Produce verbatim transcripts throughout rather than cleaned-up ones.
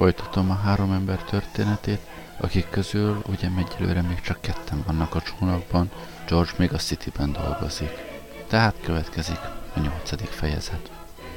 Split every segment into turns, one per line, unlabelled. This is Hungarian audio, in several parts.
folytatom a három ember történetét, akik közül ugye egyelőre még csak ketten vannak a csónakban, George még a Cityben dolgozik. Tehát következik a nyolcadik fejezet.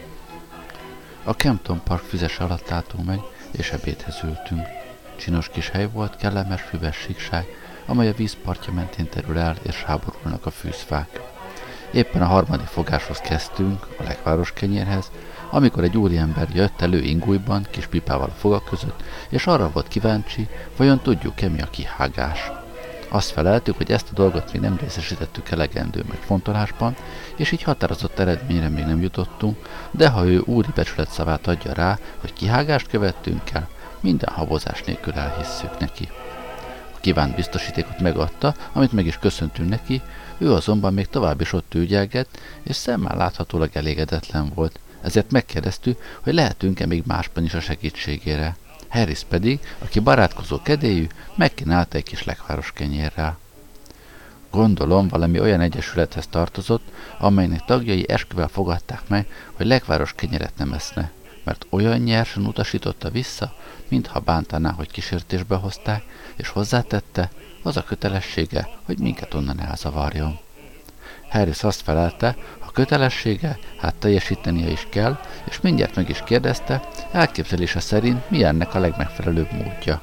A Campton Park füzes alatt álltunk meg, és ebédhez ültünk. Csinos kis hely volt, kellemes füves síkság, amely a vízpartja mentén terül el, és háborulnak a fűzfák. Éppen a harmadik fogáshoz kezdtünk, a lekváros kenyérhez, amikor egy úriember jött elő ingújban, kis pipával a fogak között, és arra volt kíváncsi, vajon tudjuk-e mi a kihágás. Azt feleltük, hogy ezt a dolgot még nem részesítettük elegendő megfontolásban, és így határozott eredményre még nem jutottunk, de ha ő úri becsület szavát adja rá, hogy kihágást követtünk el, minden habozás nélkül elhisszük neki. A kívánt biztosítékot megadta, amit meg is köszöntünk neki, ő azonban még tovább is ott ügyelgett, és szemmel láthatólag elégedetlen volt, ezért megkérdeztük, hogy lehetünk-e még másban is a segítségére. Harris pedig, aki barátkozó kedélyű, megkínálta egy kis lekváros kenyérrel. Gondolom, valami olyan egyesülethez tartozott, amelynek tagjai esküvel fogadták meg, hogy lekváros kenyeret nem eszne, mert olyan nyersen utasította vissza, mintha bántaná, hogy kísértésbe hozták, és hozzátette, az a kötelessége, hogy minket onnan elzavarjon. Harris azt felelte, ha kötelessége, hát teljesítenie is kell, és mindjárt meg is kérdezte, elképzelése szerint mi ennek a legmegfelelőbb módja.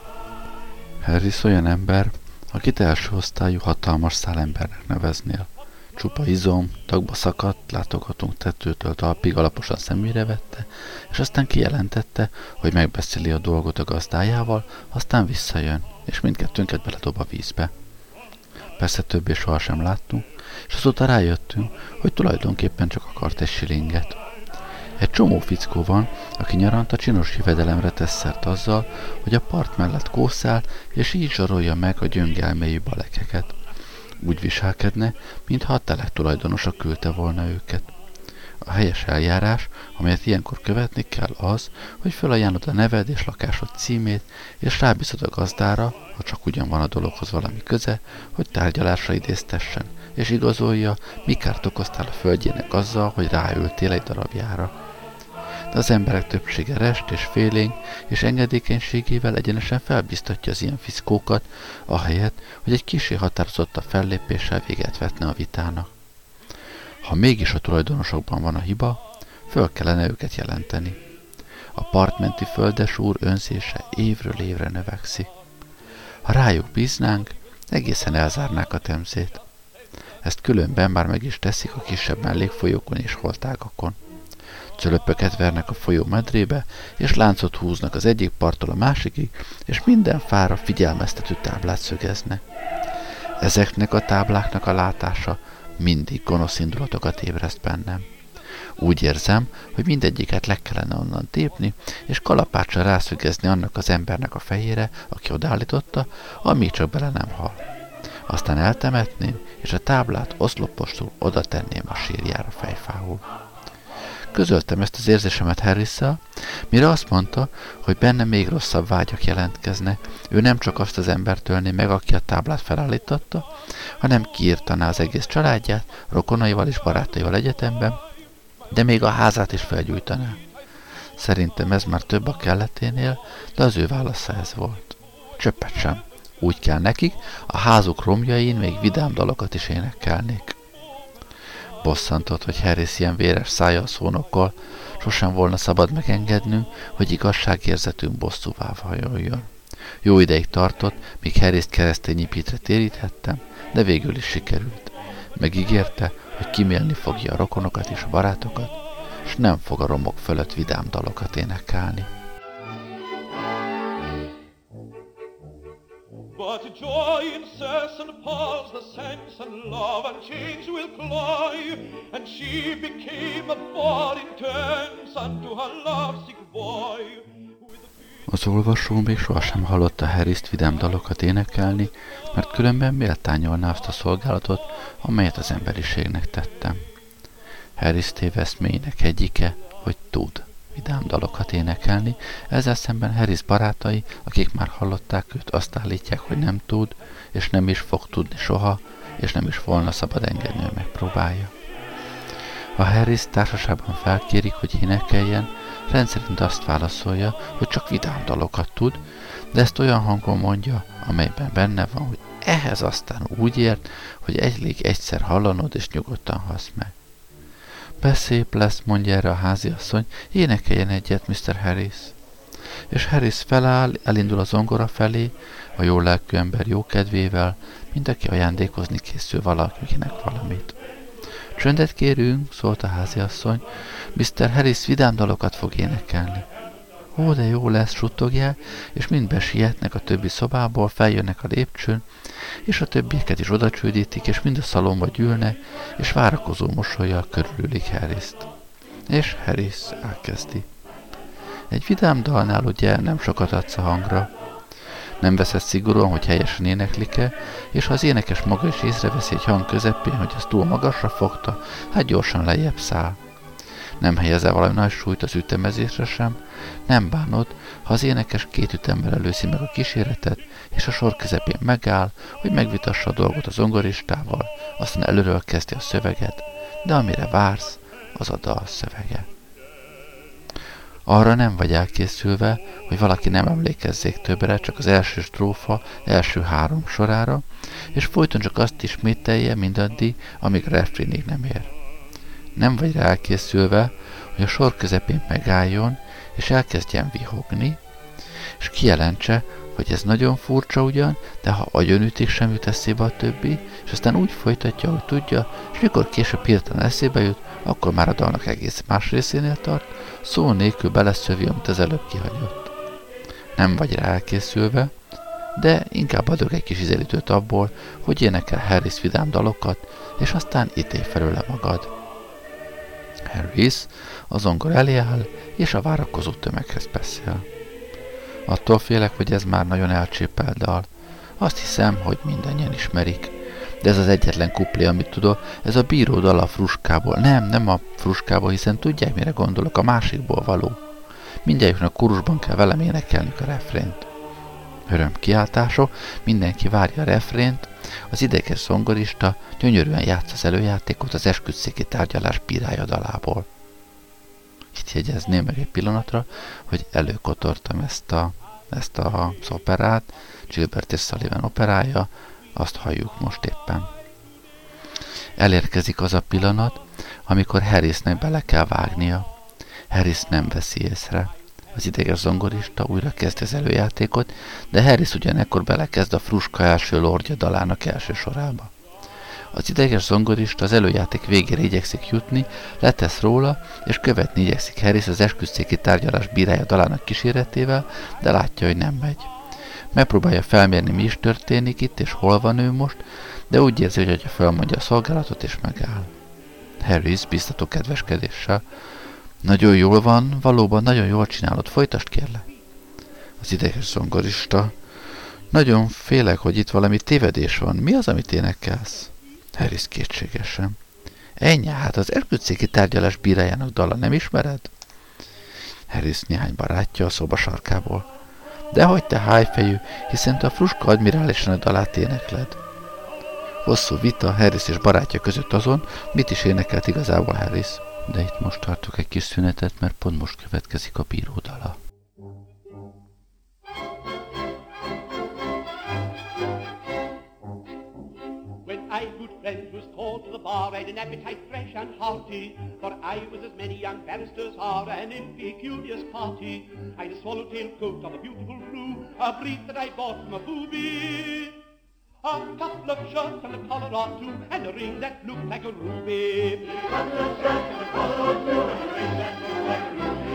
Harris olyan ember, akit első osztályú hatalmas szálembernek neveznél. Csupa izom, tagba szakadt, látogatunk tetőtől talpig alaposan szemügyre vette, és aztán kijelentette, hogy megbeszéli a dolgot a gazdájával, aztán visszajön, és mindkettőnket beledob a vízbe. Persze többé sohasem láttunk, és azóta rájöttünk, hogy tulajdonképpen csak akart egy silinget. Egy csomó fickó van, aki nyaranta csinos jövedelemre tesz szert azzal, hogy a part mellett kószál, és így zsarolja meg a gyöngelméjű balekeket. Úgy viselkedne, mintha a telek tulajdonosa küldte volna őket. A helyes eljárás, amelyet ilyenkor követni kell az, hogy felajánlod a neved és lakásod címét, és rábízod a gazdára, ha csak ugyan van a dologhoz valami köze, hogy tárgyalásra idéztessen, és igazolja, mi kárt okoztál a földjének azzal, hogy ráültél egy darabjára. De az emberek többsége rest és félénk, és engedékenységével egyenesen felbiztatja az ilyen fiszkókat, ahelyett, hogy egy kissé határozottabb fellépéssel véget vetne a vitának. Ha mégis a tulajdonosokban van a hiba, föl kellene őket jelenteni. A partmenti földesúr önzése évről évre növekszik. Ha rájuk bíznánk, egészen elzárnák a temzét. Ezt különben már meg is teszik a kisebb mellékfolyókon és holtágakon. Cölöpöket vernek a folyó medrébe, és láncot húznak az egyik parttól a másikig, és minden fára figyelmeztető táblát szögeznek. Ezeknek a tábláknak a látása mindig gonosz indulatokat ébreszt bennem. Úgy érzem, hogy mindegyiket le kellene onnan tépni, és kalapáccsal rászögezni annak az embernek a fejére, aki odállította, amíg csak bele nem hal. Aztán eltemetném, és a táblát oszlopostul oda tenném a sírjára fejfául. Közöltem ezt az érzésemet Harrisszel, mire azt mondta, hogy benne még rosszabb vágyak jelentkeznek. Ő nem csak azt az embert ölné meg, aki a táblát felállította, hanem kiírtaná az egész családját, rokonaival és barátaival egyetemben, de még a házát is felgyújtaná. Szerintem ez már több a kelleténél, de az ő válasza ez volt. Csöppet sem. Úgy kell nekik, a házuk romjain még vidám dalokat is énekelnék. Bosszantott, hogy Harris ilyen véres szájjal szónokkal, sosem volna szabad megengednünk, hogy igazságérzetünk bosszúvá hajoljon. Jó ideig tartott, míg Harrist keresztényi pitre téríthettem, de végül is sikerült. Megígérte, hogy kimélni fogja a rokonokat és a barátokat, s nem fog a romok fölött vidám dalokat énekelni.
But joy in Saint Paul's the sense and love and change will fly, and she became a ball in terms unto her lovesick boy.
Az olvasó még sohasem hallotta Harrist vidám dalokat énekelni, mert különben méltányolná azt a szolgálatot, amelyet az emberiségnek tettem. Harris téveszméinek egyike, hogy tud vidám dalokat énekelni, ezzel szemben Harris barátai, akik már hallották őt, azt állítják, hogy nem tud, és nem is fog tudni soha, és nem is volna szabad engedni, hogy megpróbálja. Ha Harris társaságban felkérik, hogy énekeljen, rendszerint azt válaszolja, hogy csak vidám dalokat tud, de ezt olyan hangon mondja, amelyben benne van, hogy ehhez aztán úgy ért, hogy elég egyszer hallanod és nyugodtan hasz meg. Beszép lesz, mondja erre a háziasszony, énekeljen egyet, miszter Harris. És Harris feláll, elindul a zongora felé, a jó lelkű ember jó kedvével, mint aki ajándékozni készül valakinek valamit. Csöndet kérünk, szólt a háziasszony, miszter Harris vidám dalokat fog énekelni. Ó, de jó lesz, suttogják, és mind besietnek a többi szobából, feljönnek a lépcsőn, és a többieket is odacsődítik, és mind a szalomba gyűlnek, és várakozó mosollyal körülülik Harrist. És Harris elkezdi. Egy vidám dalnál ugye nem sokat adsz a hangra. Nem veszed szigorúan, hogy helyesen éneklik-e, és ha az énekes maga is észreveszi egy hang közepén, hogy az túl magasra fogta, hát gyorsan lejjebb száll. Nem helyezel valami nagy súlyt az ütemezésre sem, nem bánod, ha az énekes két ütemmel előszi meg a kíséretet, és a sor közepén megáll, hogy megvitassa a dolgot a zongoristával, aztán előről kezdi a szöveget, de amire vársz, az a dal szövege. Arra nem vagy elkészülve, hogy valaki nem emlékezzék többre, csak az első strófa első három sorára, és folyton csak azt ismételje mindaddig, amíg a refrénig nem ér. Nem vagy rá elkészülve, hogy a sor közepén megálljon, és elkezdjen vihogni, és kijelentse, hogy ez nagyon furcsa ugyan, de ha agyonütik, sem jut eszébe a többi, és aztán úgy folytatja, hogy tudja, és mikor később hirtelen eszébe jut, akkor már a dalnak egész más részénél tart, szó nélkül beleszövi, amit az előbb kihagyott. Nem vagy rá elkészülve, de inkább adok egy kis ízelítőt abból, hogy énekel Harris vidám dalokat, és aztán ítélj felőle magad. Harris a zongor elé áll, és a várakozó tömeghez beszél. Attól félek, hogy ez már nagyon elcsépelt dal. Azt hiszem, hogy mindannyian ismerik. De ez az egyetlen kuplé, amit tudok, ez a bíró dal a fruskából. Nem, nem a fruskából, hiszen tudják, mire gondolok, a másikból való. Mindjárt kórusban kell velem énekelni a refrént. Öröm kiáltások, mindenki várja a refrént, az ideges zongorista gyönyörűen játsz az előjátékot az esküdtszéki tárgyalás bírája dalából. Itt jegyezném meg egy pillanatra, hogy előkotortam ezt, a, ezt a, az operát, Gilbert és Sullivan operája, azt halljuk most éppen. Elérkezik az a pillanat, amikor Harrisnek bele kell vágnia. Harris nem veszi észre. Az ideges zongorista újra kezd az előjátékot, de Harris ugyanekkor belekezd a Fruska első lordja dalának első sorába. Az ideges zongorista az előjáték végére igyekszik jutni, letesz róla, és követni igyekszik Harris az esküdtszéki tárgyalás bírája dalának kíséretével, de látja, hogy nem megy. Megpróbálja felmérni, mi is történik itt, és hol van ő most, de úgy érzi, hogy felmondja a szolgálatot, és megáll. Harris biztató kedveskedéssel: nagyon jól van, valóban nagyon jól csinálod, folytasd kérlek. Az ideges zongorista: nagyon félek, hogy itt valami tévedés van, mi az, amit énekelsz? Harris kétségesen: ennyi, hát az esküdtszéki tárgyalás bírájának dala, nem ismered? Harris néhány barátja a szoba sarkából: dehogy te hájfejű, hiszen te a Fruska admirálisan a dalát énekled. Hosszú vita Harris és barátja között azon, mit is énekelt igazából Harris. De itt most tartok egy kis szünetet, mert pont most következik a bíró dala.
When I, good friends, was called to the bar, I'd an appetite fresh and hearty, for I was as many young barristers are, an impecunious party. I'd a swallowtail coat of a beautiful blue, a brief that I bought from a booby, a couple of shirts and a collar or two, and a ring that looked like a ruby. A couple of shirts and a collar or two, and a ring that looked like a ruby.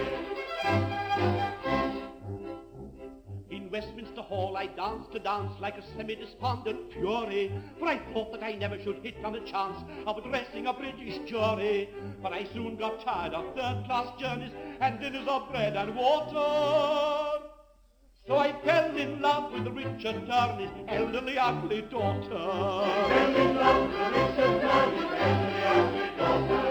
In Westminster Hall I danced a dance like a semi-despondent fury, for I thought that I never should hit on the chance of addressing a British jury. But I soon got tired of third-class journeys and dinners of bread and water. So I fell in love with the rich attorney's elderly ugly daughter. I fell in love with the rich attorney's elderly ugly daughter.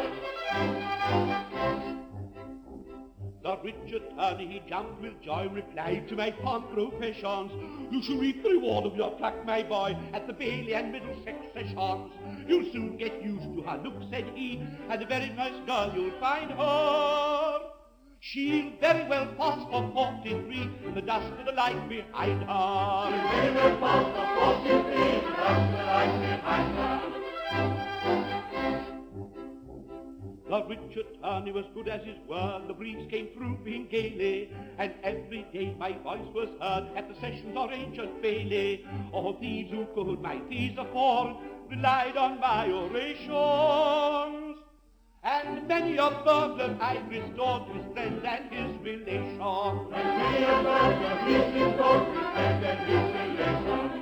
The rich attorney, he jumped with joy, replied to my fond professions: you shall reap the reward of your pluck, my boy, at the Bailey and Middlesex sessions. You'll soon get used to her look, said he, and a very nice girl you'll find her. She'll very well pass for forty-three, the dust of the light behind her. She'll very well pass for forty-three, the dust of the light behind her. The Richard Turney was good as his word, the breeze came through being gaily, and every day my voice was heard at the sessions or ancient Bailey. All thieves who could my thieves afford relied on my orations, and many a burglar I restored to his friends and his relations. And many a burglar I restored to his friends and his relations.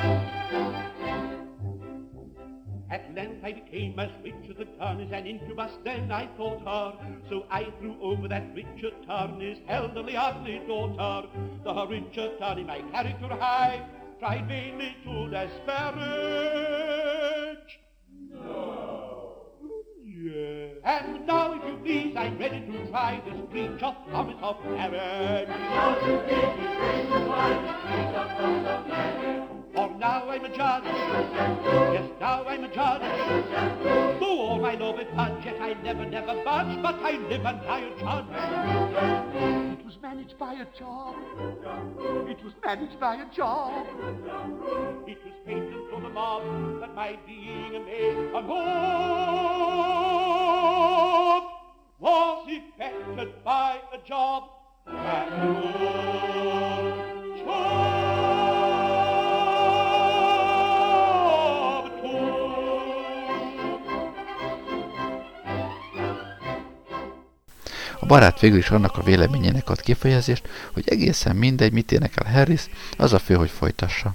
At length I became as rich as the Turney's, an incubus then I thought her. So I threw over that Richard Turney's elderly, ugly daughter. The Richard Turney, my character high, tried vainly to disparage. No. Yes. And now, if you please, I'm ready to try this breach of promise of marriage. And now, if you please, I'm ready to try this breach of promise of marriage. For now I'm a judge, yes, now I'm a judge. Though all my love is fudge, yet I never, never budge, but I live and die a judge. It was managed by a job, it was managed by a job. It was patent for the mob that my being a maid a mob was effected by a job. And job.
A barát végül is annak a véleményének ad kifejezést, hogy egészen mindegy, mit énekel Harris, az a fő, hogy folytassa.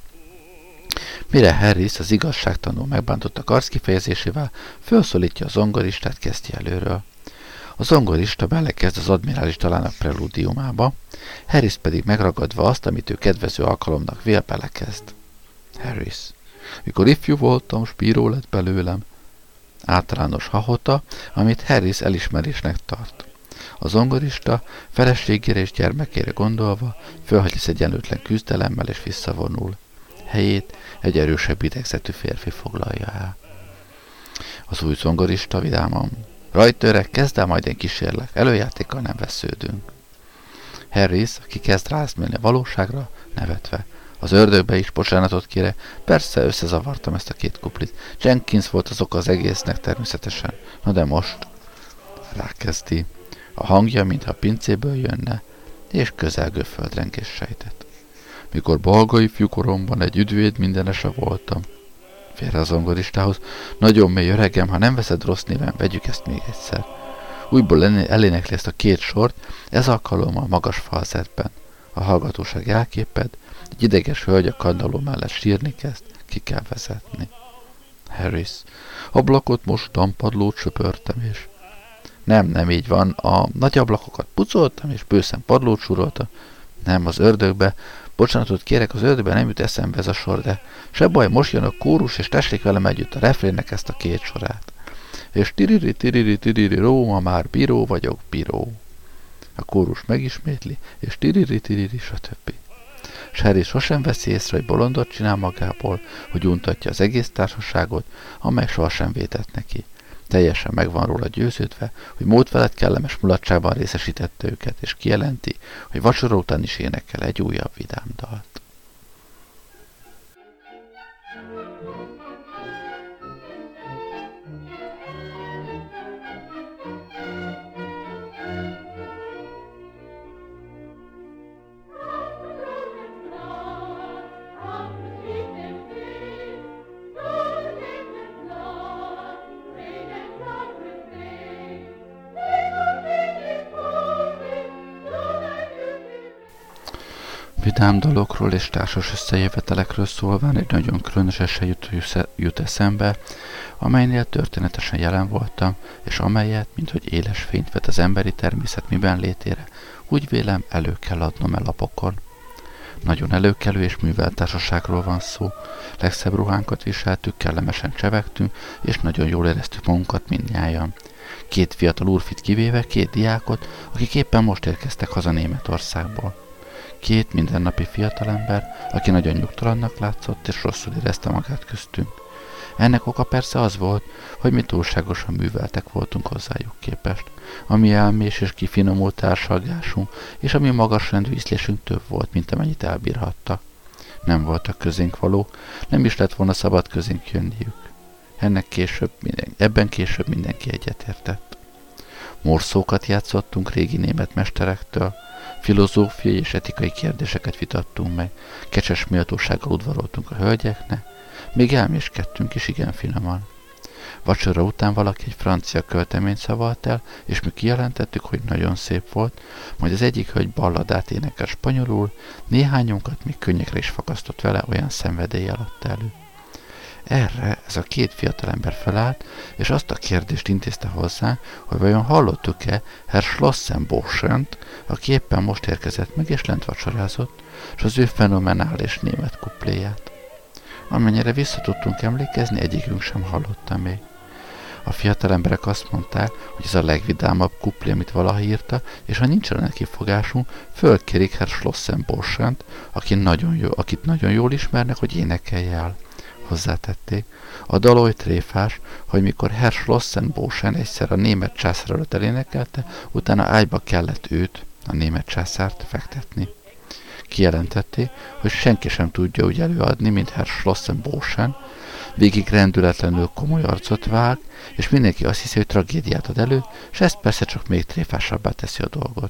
Mire Harris az igazságtanú megbántottak arckifejezésével felszólítja a zongoristát, kezdi előről. A zongorista belekezd az admirális dalának prelúdiumába, Harris pedig megragadva azt, amit ő kedvező alkalomnak vél, belekezd. Harris. Mikor ifjú voltam, spíró lett belőlem. Általános hahota, amit Harris elismerésnek tart. A zongorista feleségére és gyermekére gondolva fölhagy egyenlőtlen küzdelemmel és visszavonul. Helyét egy erősebb idegzetű férfi foglalja el. Az új zongorista vidáman: rajt öreg, kezd el, majd én kísérlek, előjátékkal nem vesződünk. Harris, aki kezd ráeszmélni a valóságra, nevetve: az ördögbe is bocsánatot kére, persze összezavartam ezt a két kuplit. Jenkins volt az oka az egésznek természetesen. Na de most rákezdi. A hangja, mintha a pincéből jönne, és közelgő földrengés sejtett. Mikor balga ifjú koromban egy üdvéd mindenese voltam. Félre a zongoristához: nagyon mély öregem, ha nem veszed rossz néven, vegyük ezt még egyszer. Újból elénekli ezt a két sort, ez alkalommal magas falzetben. A hallgatóság elképed, egy ideges hölgy a kandalló mellett sírni kezd, ki kell vezetni. Harris: ablakot mostam, padlót söpörtem, és... Nem, nem így van. A nagy ablakokat pucoltam, és bőszen padlót súroltam. Nem, az ördögbe. Bocsánatot kérek, az ördögbe nem jut eszembe ez a sor, de se baj, most jön a kórus, és tessék velem együtt a refrénnek ezt a két sorát. És tiriri, tiriri, tiriri, ró, ma már bíró vagyok, bíró. A kórus megismétli, és tiriri, tiriri, stb. Sherry sosem veszi észre, hogy bolondot csinál magából, hogy untatja az egész társaságot, amely sohasem vétett neki. Teljesen meg van róla győződve, hogy mód felett kellemes mulatságban részesítette őket, és kijelenti, hogy vacsora után is énekel egy újabb vidám dalt. Vidám dalokról és társas összejövetelekről szólván egy nagyon különös eset jut, jut eszembe, amelynél történetesen jelen voltam, és amelyet, minthogy éles fényt vet az emberi természet miben létére, úgy vélem, elő kell adnom el lapokon. Nagyon előkelő és művelt társaságról van szó, legszebb ruhánkat viseltük, kellemesen csevegtünk, és nagyon jól éreztük magunkat mindnyájan. Két fiatal úrfit kivéve, két diákot, akik éppen most érkeztek haza Németországból. Két mindennapi fiatalember, aki nagyon nyugtalannak látszott, és rosszul érezte magát köztünk. Ennek oka persze az volt, hogy mi túlságosan műveltek voltunk hozzájuk képest. A mi elmés és kifinomult társalgásunk, és a mi magasrendű ízlésünk több volt, mint amennyit elbírhattak. Nem voltak közénk valók, nem is lett volna szabad közénk jönniük. Ennek később minden, ebben később mindenki egyetértett. Morszókat játszottunk régi német mesterektől, filozófiai és etikai kérdéseket vitattunk meg, kecses méltósággal udvaroltunk a hölgyeknek, még elméskedtünk is igen finoman. Vacsora után valaki egy francia költeményt szavalt el, és mi kijelentettük, hogy nagyon szép volt, majd az egyik hölgy balladát énekel spanyolul, néhányunkat még könnyekre is fakasztott vele, olyan szenvedéllyel adta elő. Erre ez a két fiatalember felállt, és azt a kérdést intézte hozzá, hogy vajon hallottuk-e Herr Schlossenboschent, aki éppen most érkezett meg, és lent vacsorázott, és az ő fenomenális német kupléját. Amennyire vissza tudtunk emlékezni, egyikünk sem hallotta még. A fiatal emberek azt mondták, hogy ez a legvidámabb kuplé, amit valaha írta, és ha nincsen neki fogásunk, fölkérik Herr Schlossenboschent, aki nagyon jó, akit nagyon jól ismernek, hogy énekelje el. Hozzátették. A dal oly tréfás, hogy mikor Herr Schlossenboschen egyszer a német császár előtt elénekelte, utána ágyba kellett őt, a német császárt fektetni. Kijelentették, hogy senki sem tudja úgy előadni, mint Herr Schlossenboschen, végig rendületlenül komoly arcot vág, és mindenki azt hiszi, hogy tragédiát ad elő, és ez persze csak még tréfásabbá teszi a dolgot.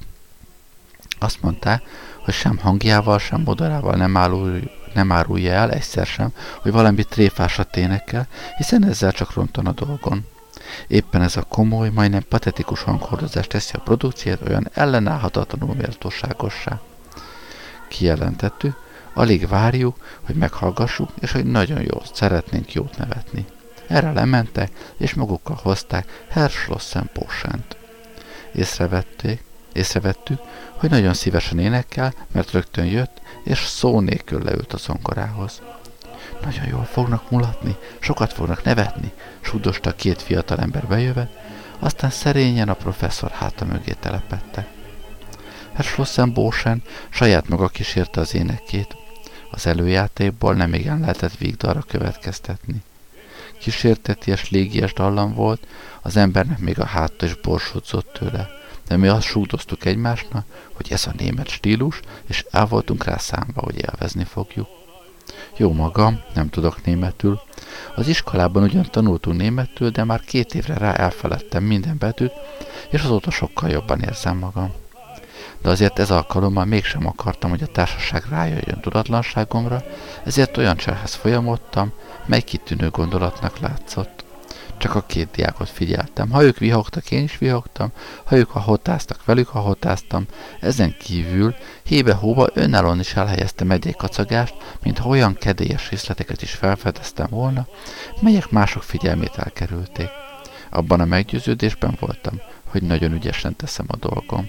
Azt mondták, hogy sem hangjával, sem modorával nem, árul, nem árulja el egyszer sem, hogy valami tréfásat énekel, hiszen ezzel csak rontan a dolgon. Éppen ez a komoly, majdnem patetikus hanghordozás teszi a produkciót olyan ellenállhatatlanul méltóságossá. Kijelentettük, alig várjuk, hogy meghallgassuk, és hogy nagyon jó, szeretnénk jót nevetni. Erre lementek, és magukkal hozták Herr Schlossenboschent. Észrevették, észrevettük, hogy nagyon szívesen énekel, mert rögtön jött, és szó nélkül leült a zongorához. Nagyon jól fognak mulatni, sokat fognak nevetni, sudosta a két fiatal ember bejövet, aztán szerényen a professzor háta mögé telepette. Herr Schlossenboschen saját maga kísérte az énekét. Az előjátékból nem igen lehetett vígdalra következtetni. Kísérteties, légies dallam volt, az embernek még a háta is borsódzott tőle, de mi azt súgdoztuk egymásnak, hogy ez a német stílus, és el voltunk rá számba, hogy élvezni fogjuk. Jó magam, nem tudok németül. Az iskolában ugyan tanultunk németül, de már két évre rá elfeledtem minden betűt, és azóta sokkal jobban érzem magam. De azért ez alkalommal mégsem akartam, hogy a társaság rájöjjön tudatlanságomra, ezért olyan cselhez folyamodtam, mely kitűnő gondolatnak látszott. Csak a két diákot figyeltem. Ha ők vihogtak, én is vihogtam, ha ők hahotáztak, velük hahotáztam. Ezen kívül hébe-hóba önállóan is elhelyeztem egy-egy kacagást, mintha olyan kedélyes részleteket is felfedeztem volna, melyek mások figyelmét elkerülték. Abban a meggyőződésben voltam, hogy nagyon ügyesen teszem a dolgom.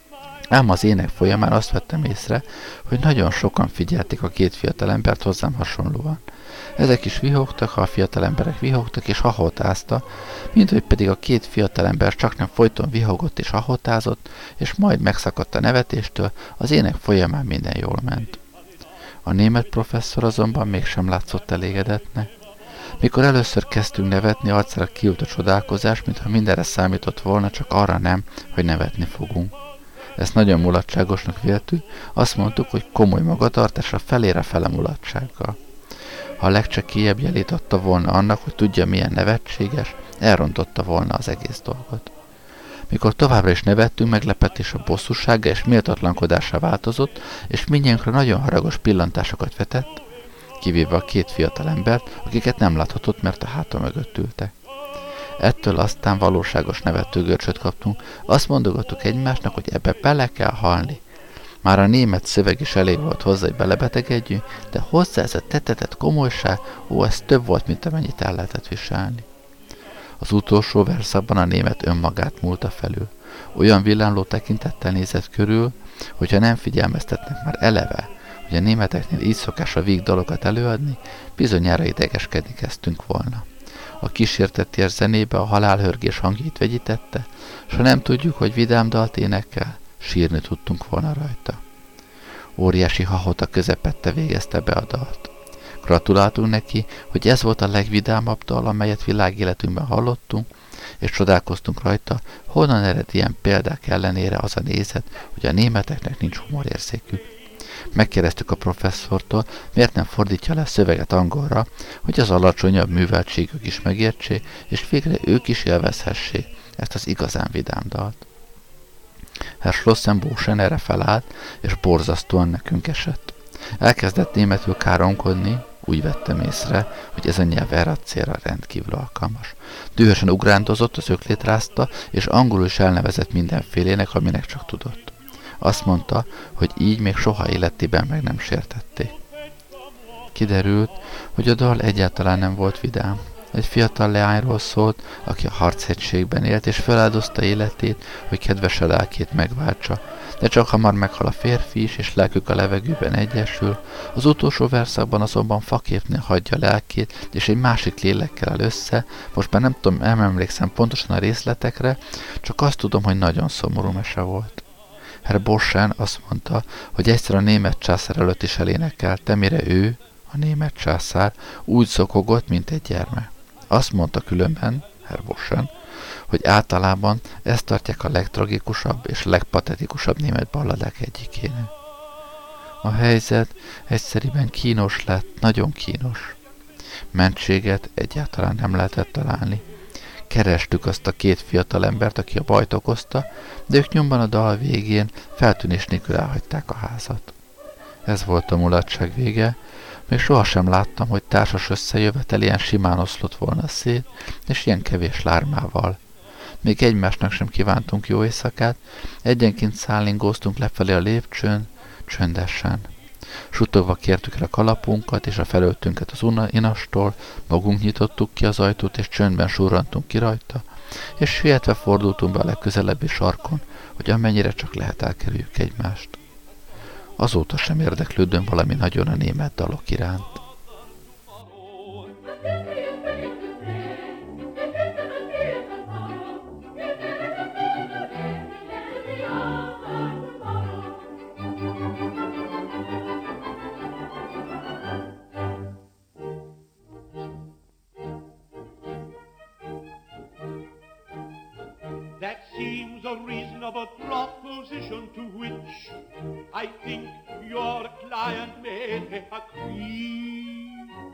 Ám az ének folyamán azt vettem észre, hogy nagyon sokan figyelték a két fiatal embert hozzám hasonlóan. Ezek is vihogtak, ha a fiatal emberek vihogtak és hahotázta, mint hogy pedig a két fiatal ember csaknem folyton vihogott és hahotázott, és majd megszakadt a nevetéstől, az ének folyamán minden jól ment. A német professzor azonban mégsem látszott elégedetnek. Mikor először kezdtünk nevetni, arcára kiült a csodálkozás, mintha mindenre számított volna, csak arra nem, hogy nevetni fogunk. Ezt nagyon mulatságosnak véltük, azt mondtuk, hogy komoly magatartásra felére fele mulatsággal. Ha a legcsekélyebb jelét adta volna annak, hogy tudja, milyen nevetséges, elrontotta volna az egész dolgot. Mikor továbbra is nevettünk, meglepetés a bosszúsága és méltatlankodásra változott, és mindjárt nagyon haragos pillantásokat vetett, kivéve a két fiatal embert, akiket nem láthatott, mert a háta mögött ültek. Ettől aztán valóságos nevetőgörcsöt kaptunk, azt mondogattuk egymásnak, hogy ebbe bele kell halni. Már a német szöveg is elég volt hozzá, hogy belebetegedjünk, de hozzá ez a tetetett komolyság, ó, ez több volt, mint amennyit el lehetett viselni. Az utolsó verszakban a német önmagát múlta felül. Olyan villámló tekintettel nézett körül, hogyha nem figyelmeztetnek már eleve, hogy a németeknél így szokás a vígdalokat előadni, bizonyára idegeskedni kezdtünk volna. A kísérteties zenébe a halálhörgés hangjait vegyítette, s ha nem tudjuk, hogy vidám dalt énekel, sírni tudtunk volna rajta. Óriási hahota közepette végezte be a dalt. Gratuláltunk neki, hogy ez volt a legvidámabb dal, amelyet világéletünkben hallottunk, és csodálkoztunk rajta, honnan ered ilyen példák ellenére az a nézet, hogy a németeknek nincs humorérzékük. Megkérdeztük a professzortól, miért nem fordítja le a szöveget angolra, hogy az alacsonyabb műveltségük is megértsék, és végre ők is élvezhessék ezt az igazán vidám dalt. Herr Schlossenbauschen erre felállt, és borzasztóan nekünk esett. Elkezdett németül káromkodni, úgy vettem észre, hogy ez a nyelv erre a célra rendkívül alkalmas. Dühösen ugrándozott, az öklét rázta, és angolul is elnevezett mindenfélének, aminek csak tudott. Azt mondta, hogy így még soha életében meg nem sértették. Kiderült, hogy a dal egyáltalán nem volt vidám. Egy fiatal leányról szólt, aki a harchegységben élt, és feláldozta életét, hogy kedves lelkét megváltsa. De csak hamar meghal a férfi is, és lelkük a levegőben egyesül. Az utolsó verszakban azonban faképnél hagyja lelkét, és egy másik lélekkel áll össze. Most már nem tudom, nem emlékszem pontosan a részletekre, csak azt tudom, hogy nagyon szomorú mese volt. Herr Bauschen azt mondta, hogy egyszer a német császár előtt is elénekelte, mire ő, a német császár, úgy zokogott, mint egy gyermek. Azt mondta különben, Herr Bauschen, hogy általában ezt tartják a legtragikusabb és legpatetikusabb német balladák egyikének. A helyzet egyszerűen kínos lett, nagyon kínos. Mentséget egyáltalán nem lehetett találni. Kerestük azt a két fiatal embert, aki a bajt okozta, de ők nyomban a dal végén feltűnés nélkül elhagyták a házat. Ez volt a mulatság vége. Még sohasem láttam, hogy társas összejövetel ilyen simán oszlott volna szét, és ilyen kevés lármával. Még egymásnak sem kívántunk jó éjszakát, egyenként szállingóztunk lefelé a lépcsőn, csöndesen. Suttogva kértük el a kalapunkat és a felöltünket az inastól, magunk nyitottuk ki az ajtót, és csöndben surrantunk ki rajta, és sietve fordultunk be a legközelebbi sarkon, hogy amennyire csak lehet elkerüljük egymást. Azóta sem érdeklődöm valami nagyon a német dalok iránt.
That seems a reasonable proposition to which I think your client may agree.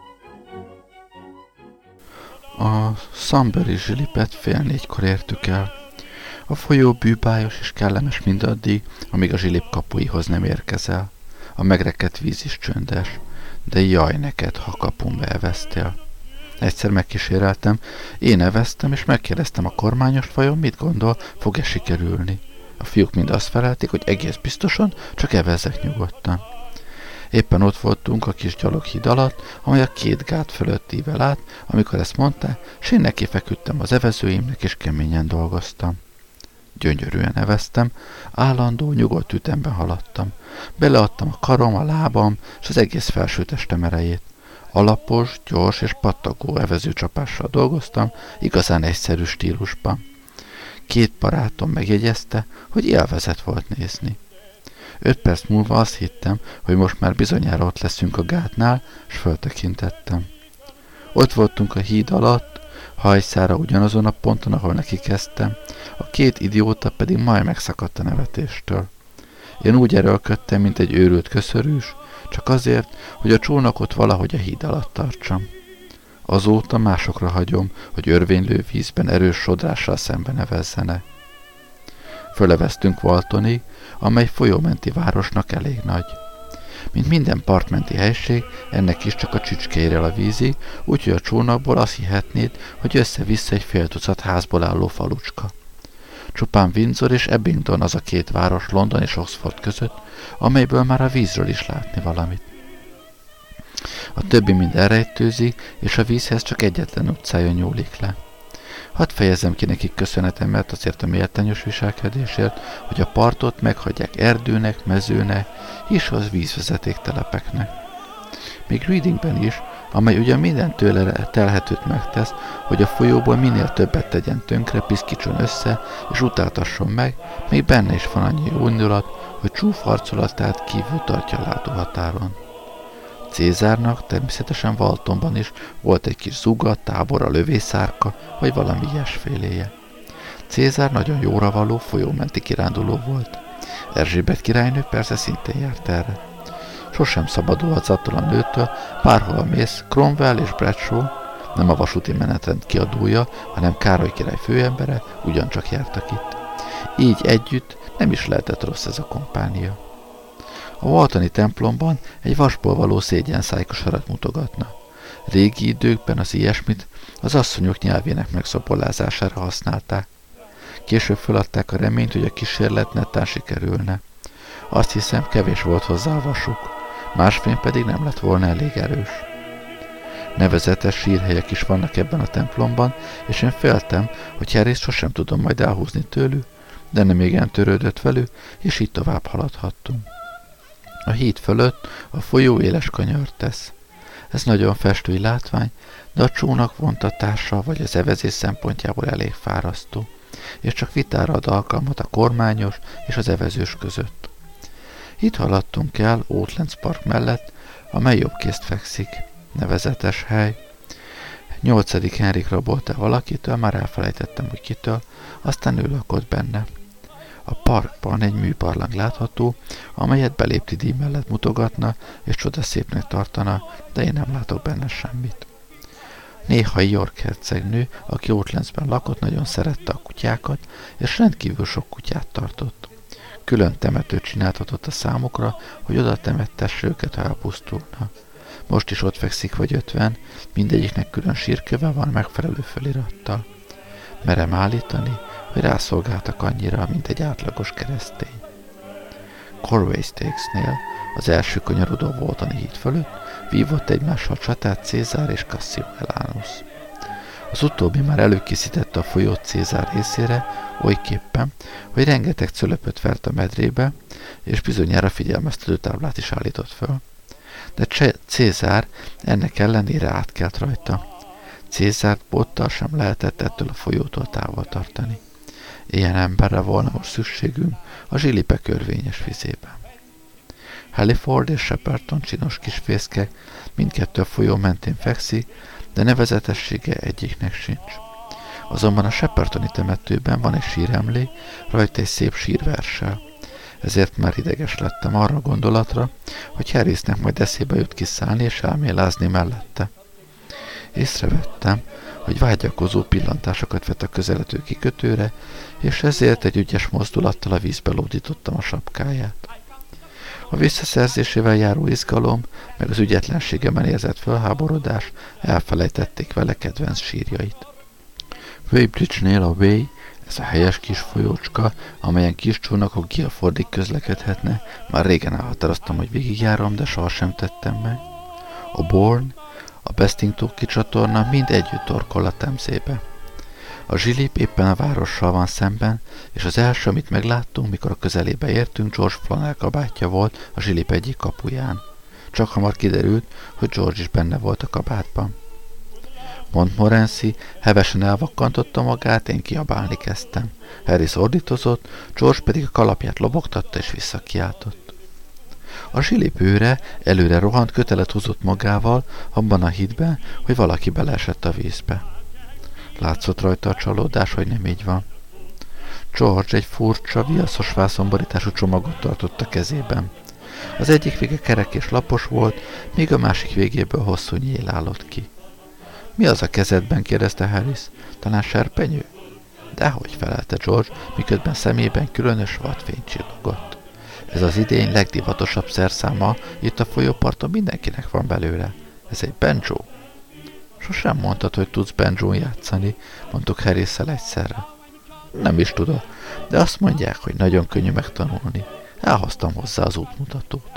A Sunbury zsilipet fél négykor értük el. A folyó bűbájos és kellemes mindaddig, amíg a zsilip kapuihoz nem érkezel. A megrekedt víz is csöndes, de jaj neked, ha kapun beevesztél. Egyszer megkíséreltem, én eveztem, és megkérdeztem a kormányost, vajon mit gondol, fog-e sikerülni. A fiúk mind azt felelték, hogy egész biztosan, csak evezzek nyugodtan. Éppen ott voltunk a kis gyaloghíd alatt, amely a két gát fölött ível át, amikor ezt mondta, s én neki feküdtem az evezőimnek, és keményen dolgoztam. Gyönyörűen eveztem, állandó, nyugodt ütemben haladtam. Beleadtam a karom, a lábam, és az egész felső testem erejét. Alapos, gyors és pattogó evezőcsapással dolgoztam, igazán egyszerű stílusban. Két barátom megjegyezte, hogy élvezet volt nézni. Öt perc múlva azt hittem, hogy most már bizonyára ott leszünk a gátnál, s föltekintettem. Ott voltunk a híd alatt, hajszára ugyanazon a ponton, ahol neki kezdtem, a két idióta pedig majd megszakadt a nevetéstől. Én úgy erőlködtem, mint egy őrült köszörűs, csak azért, hogy a csónakot valahogy a híd alatt tartsam. Azóta másokra hagyom, hogy örvénylő vízben erős sodrással szemben nevezzenek. Föleveztünk Waltonig, amely folyómenti városnak elég nagy. Mint minden partmenti helység, ennek is csak a csücskéire a vízig, úgyhogy a csónakból azt hihetnéd, hogy össze-vissza egy fél tucat házból álló falucska. Csupán Windsor és Abingdon az a két város London és Oxford között, amelyből már a vízről is látni valamit. A többi mind elrejtőzik, és a vízhez csak egyetlen utcája nyúlik le. Hadd fejezem ki nekik köszönetemet azért a méltányos viselkedésért, hogy a partot meghagyják erdőnek, mezőnek, és az vízvezetéktelepeknek. Még Readingben is, amely ugyan minden tőle telhetőt megtesz, hogy a folyóból minél többet tegyen tönkre, piszkítson össze, és utáltasson meg, még benne is van annyi jó indulat, hogy csúf arculatát kívül tartja a látóhatáron. Cézárnak természetesen Waltonban is volt egy kis zuga, tábora, lövészárka, vagy valami ilyesféléje. Cézár nagyon jóra való, folyómenti kiránduló volt. Erzsébet királynő persze szintén járt erre. Sosem szabadulhatsz attól a nőtől, bárhol mész, Cromwell és Bradshaw, nem a vasúti menetrend kiadója, hanem Károly király főembere, ugyancsak jártak itt. Így együtt nem is lehetett rossz ez a kompánia. A waltoni templomban egy vasból való szégyenszájkosarat mutogatna. Régi időkben az ilyesmit az asszonyok nyelvének megszapolázására használták. Később feladták a reményt, hogy a kísérlet nettán sikerülne. Azt hiszem, kevés volt hozzá a vasuk, másfél pedig nem lett volna elég erős. Nevezetes sírhelyek is vannak ebben a templomban, és én féltem, hogy Harryt sosem tudom majd elhúzni tőlük, de nem igen törődött velük, és így tovább haladhattunk. A híd fölött a folyó éles kanyart tesz. Ez nagyon festői látvány, de a csónak vontatása vagy az evezés szempontjából elég fárasztó, és csak vitára ad alkalmat a kormányos és az evezős között. Itt haladtunk el Oatlands Park mellett, amely jobbkészt fekszik. Nevezetes hely. Nyolcadik Henrik rabolt el valakitől, már elfelejtettem, hogy kitől, aztán ő lakott benne. A parkban egy műbarlang látható, amelyet belépti díj mellett mutogatna, és csodaszépnek tartana, de én nem látok benne semmit. Néha York hercegnő, aki Oatlandsben lakott, nagyon szerette a kutyákat, és rendkívül sok kutyát tartott. Külön temetőt csináltatott a számukra, hogy oda temettesse őket, ha elpusztulna. Most is ott fekszik vagy ötven, mindegyiknek külön sírköve van megfelelő felirattal. Merem állítani, hogy rászolgáltak annyira, mint egy átlagos keresztény. Corway Stakesnél, az első kanyarodó Waltoni híd fölött, vívott egymással csatát Cézár és Cassivellaunus. Az utóbbi már előkészítette a folyót Cézár részére, olyképpen, hogy rengeteg cölöpöt vert a medrébe, és bizonyára figyelmeztető táblát is állított föl. De Cézár ennek ellenére átkelt rajta. Cézárt bottal sem lehetett ettől a folyótól távol tartani. Ilyen emberre volna most szükségünk a zsilipe körvényes vizében. Halliford és Shepperton csinos kisfészkek, mindkettő a folyó mentén fekszik, de nevezetessége egyiknek sincs. Azonban a Sheppertoni temetőben van egy síremlék, rajta egy szép sírverssel. Ezért már ideges lettem arra a gondolatra, hogy Harrisnek majd eszébe jut kiszállni és elmélázni mellette. Észrevettem, hogy vágyakozó pillantásokat vett a közeledő kikötőre, és ezért egy ügyes mozdulattal a vízbe lódítottam a sapkáját. A visszaszerzésével járó izgalom, meg az ügyetlenségemen érzett felháborodás elfelejtették vele kedvenc sírjait. Weybridge-nél a Wey, ez a helyes kis folyócska, amelyen kis csónakok Guildfordig közlekedhetne, már régen elhatároztam, hogy végigjárom, de sohasem tettem meg. A Bourne, a Bestington csatorna mind együtt torkol a Temzébe. A zsilip éppen a várossal van szemben, és az első, amit megláttunk, mikor a közelébe értünk, George flanell kabátja volt a zsilip egyik kapuján. Csak hamar kiderült, hogy George is benne volt a kabátban. Montmorency hevesen elvakkantotta magát, én kiabálni kezdtem. Harris ordítozott, George pedig a kalapját lobogtatta és visszakiáltott. A zsilip őre előre rohant, kötelet húzott magával, abban a hitben, hogy valaki beleesett a vízbe. Látszott rajta a csalódás, hogy nem így van. George egy furcsa, viaszos vászonborítású csomagot tartott a kezében. Az egyik vége kerek és lapos volt, míg a másik végéből hosszú nyíl állott ki. Mi az a kezedben? Kérdezte Harris. Talán serpenyő? Dehogy, felelte George, miközben szemében különös vadfény csillogott. Ez az idény legdivatosabb szerszáma, itt a folyóparton mindenkinek van belőle. Ez egy banjo. Sosem mondtad, hogy tudsz banjón játszani, mondtuk Harrisszel egyszerre. Nem is tudod, de azt mondják, hogy nagyon könnyű megtanulni. Elhoztam hozzá az útmutatót.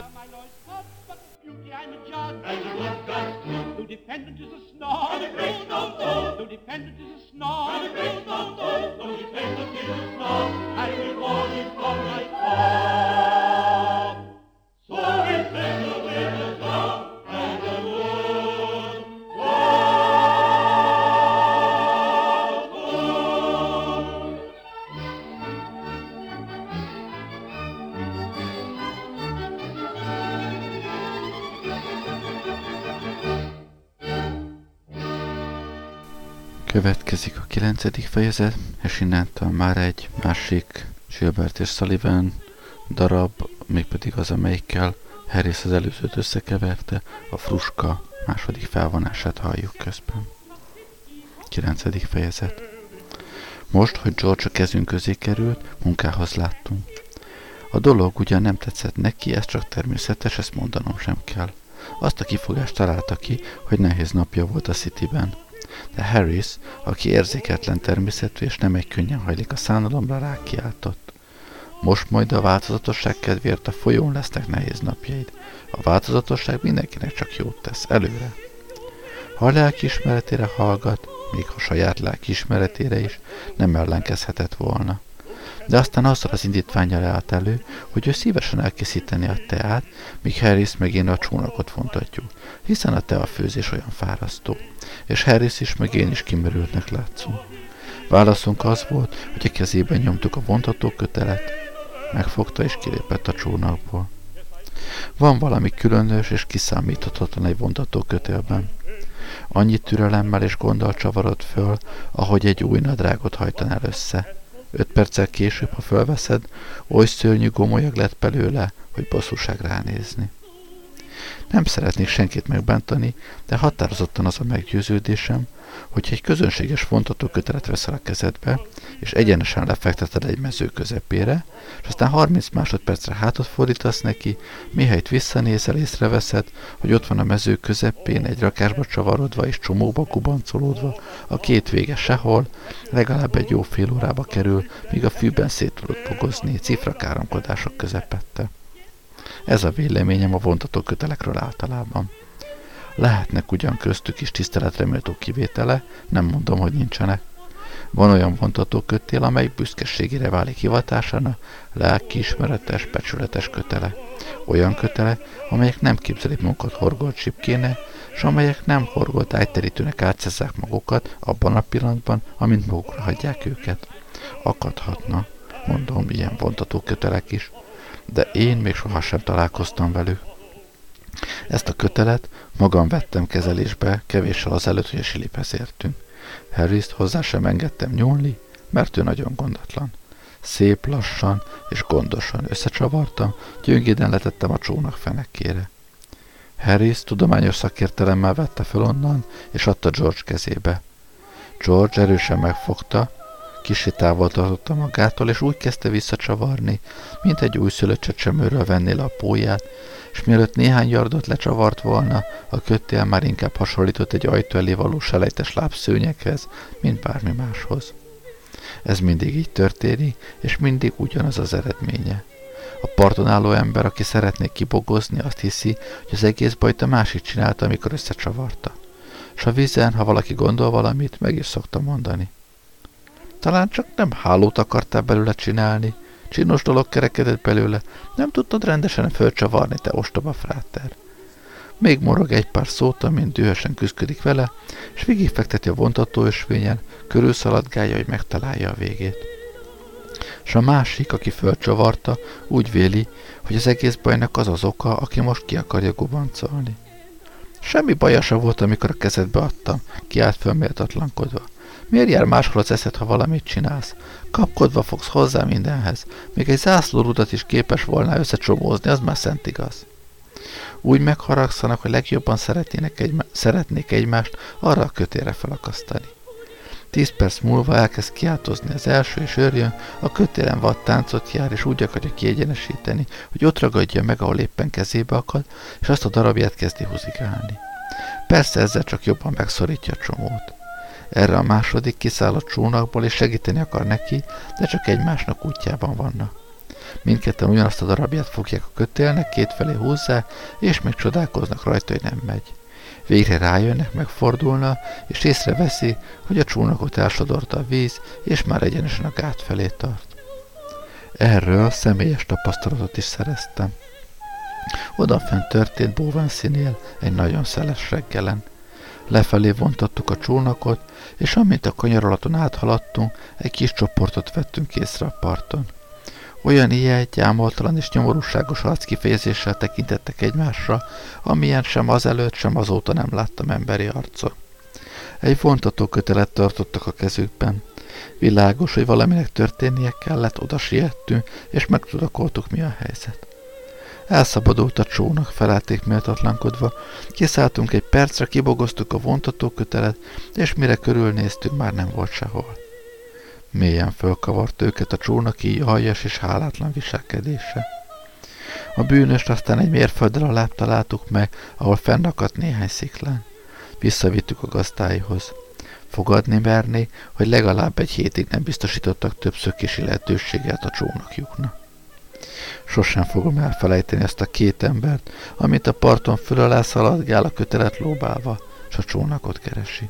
Következik a kilencedik fejezet, és innentől már egy másik Gilbert és Sullivan darab, mégpedig az, amelyikkel Harris az előzőt összekeverte, a Fruska második felvonását halljuk közben. kilencedik fejezet. Most, hogy George a kezünk közé került, munkához láttunk. A dolog ugyan nem tetszett neki, ez csak természetes, ezt mondanom sem kell. Azt a kifogást találta ki, hogy nehéz napja volt a Cityben. De Harris, aki érzéketlen természetű és nem egy könnyen hajlik a szánalomra, rákiáltott. Most majd a változatosság kedvéért a folyón lesznek nehéz napjaid. A változatosság mindenkinek csak jót tesz, előre. Ha a lelkiismeretére hallgat, még ha saját lelkiismeretére is, nem ellenkezhetett volna. De aztán azzal az indítvánnyal állt elő, hogy ő szívesen elkészíteni a teát, míg Harris meg én a csónakot vontatjuk, hiszen a teafőzés olyan fárasztó, és Harris is meg én is kimerültnek látszunk. Válaszunk az volt, hogy a kezében nyomtuk a vontatókötelet, megfogta és kilépett a csónakból. Van valami különös és kiszámíthatatlan egy vontatókötélben. Annyi türelemmel és gonddal csavarod föl, ahogy egy új nadrágot hajtanál össze. Öt perccel később, ha fölveszed, oly szörnyű gomolyag lett belőle, hogy bosszúság ránézni. Nem szeretnék senkit megbántani, de határozottan az a meggyőződésem, hogyha egy közönséges vontatókötelet veszel a kezedbe, és egyenesen lefekteted egy mező közepére, és aztán harminc másodpercre hátat fordítasz neki, mihelyt visszanézel, észreveszed, hogy ott van a mező közepén egy rakásba csavarodva és csomóba kubancolódva, a két vége sehol, legalább egy jó fél órába kerül, míg a fűben szét tudod fogozni cifrakáromkodások közepette. Ez a véleményem a vontatókötelekről általában. Lehetnek ugyan köztük is tiszteletreméltó kivétele, nem mondom, hogy nincsenek. Van olyan vontatókötél, amely büszkeségére válik hivatásának, lelkiismeretes, becsületes kötele. Olyan kötele, amelyek nem képzelik magukat horgolt csipkének, és amelyek nem horgolt ágyterítőnek átszerzzák magukat abban a pillanatban, amint magukra hagyják őket. Akadhatna, mondom, ilyen vontatókötelek is, de én még sohasem találkoztam velük. Ezt a kötelet magam vettem kezelésbe kevéssel azelőtt, hogy a Siliphez értünk. Harrist hozzá sem engedtem nyúlni, mert ő nagyon gondatlan. Szép lassan és gondosan összecsavartam, gyöngéden letettem a csónak fenekére. Harris tudományos szakértelemmel vette fel onnan, és adta George kezébe. George erősen megfogta, kissé távol tartotta magától, és úgy kezdte visszacsavarni, mint egy újszülött csecsemőről venné le a pólyát, és mielőtt néhány yardot lecsavart volna, a kötél már inkább hasonlított egy ajtó elé való selejtes lábszőnyekhez, mint bármi máshoz. Ez mindig így történik, és mindig ugyanaz az eredménye. A parton álló ember, aki szeretné kibogozni, azt hiszi, hogy az egész bajt a másik csinálta, amikor összecsavarta. S a vízen, ha valaki gondol valamit, meg is szokta mondani. Talán csak nem hálót akartál belőle csinálni, csinos dolog kerekedett belőle, nem tudtad rendesen fölcsavarni, te ostoba fráter. Még morog egy pár szót, amint dühösen küszködik vele, és végigfekteti a vontatóösvényen, körülszaladgálja, hogy megtalálja a végét. S a másik, aki fölcsavarta, úgy véli, hogy az egész bajnak az az oka, aki most ki akarja gubancolni. Semmi baja se volt, amikor a kezedbe adtam, kiállt föl méltatlankodva. Miért jár máshol az eszed, ha valamit csinálsz? Kapkodva fogsz hozzá mindenhez. Még egy zászlórudat is képes volna összecsomózni, az már szent igaz. Úgy megharagszanak, hogy legjobban egymá- szeretnék egymást arra a kötélre felakasztani. Tíz perc múlva elkezd kiáltozni az első, és őrjön, a kötélen vadtáncot jár, és úgy akarja kiegyenesíteni, hogy ott ragadja meg, ahol éppen kezébe akad, és azt a darabját kezdi húzigálni. Persze ezzel csak jobban megszorítja a csomót. Erre a második kiszáll a csónakból, és segíteni akar neki, de csak egymásnak útjában vannak. Mindketten ugyanazt a darabját fogják a kötélnek, kétfelé húzzák, és még csodálkoznak rajta, hogy nem megy. Végre rájönnek, megfordulna, és észreveszi, hogy a csónakot elsodorta a víz, és már egyenesen a gát felé tart. Erről személyes tapasztalatot is szereztem. Odafent történt Bowency-nél egy nagyon szeles reggelen. Lefelé vontattuk a csónakot, és amint a kanyarolaton áthaladtunk, egy kis csoportot vettünk észre a parton. Olyan ilyen, gyámoltalan és nyomorúságos arckifejezéssel tekintettek egymásra, amilyen sem azelőtt, sem azóta nem láttam emberi arcot. Egy vontató kötelet tartottak a kezükben. Világos, hogy valaminek történnie kellett, oda siettünk, és megtudakoltuk, mi a helyzet. Elszabadult a csónak, felelték méltatlankodva. Kiszálltunk egy percre, kibogoztuk a vontató kötelet, és mire körülnéztünk, már nem volt sehol. Mélyen fölkavart őket a csónaki aljas és hálátlan viselkedése. A bűnöst aztán egy mérfölddel alább találtuk meg, ahol fennakadt néhány sziklán. Visszavittük a gazdáihoz. Fogadni merni, hogy legalább egy hétig nem biztosítottak több szökési lehetőséget a csónakjuknak. Sosem fogom elfelejteni azt a két embert, amit a parton föl alá szaladgál a kötelet lóbálva, s a csónakot keresi.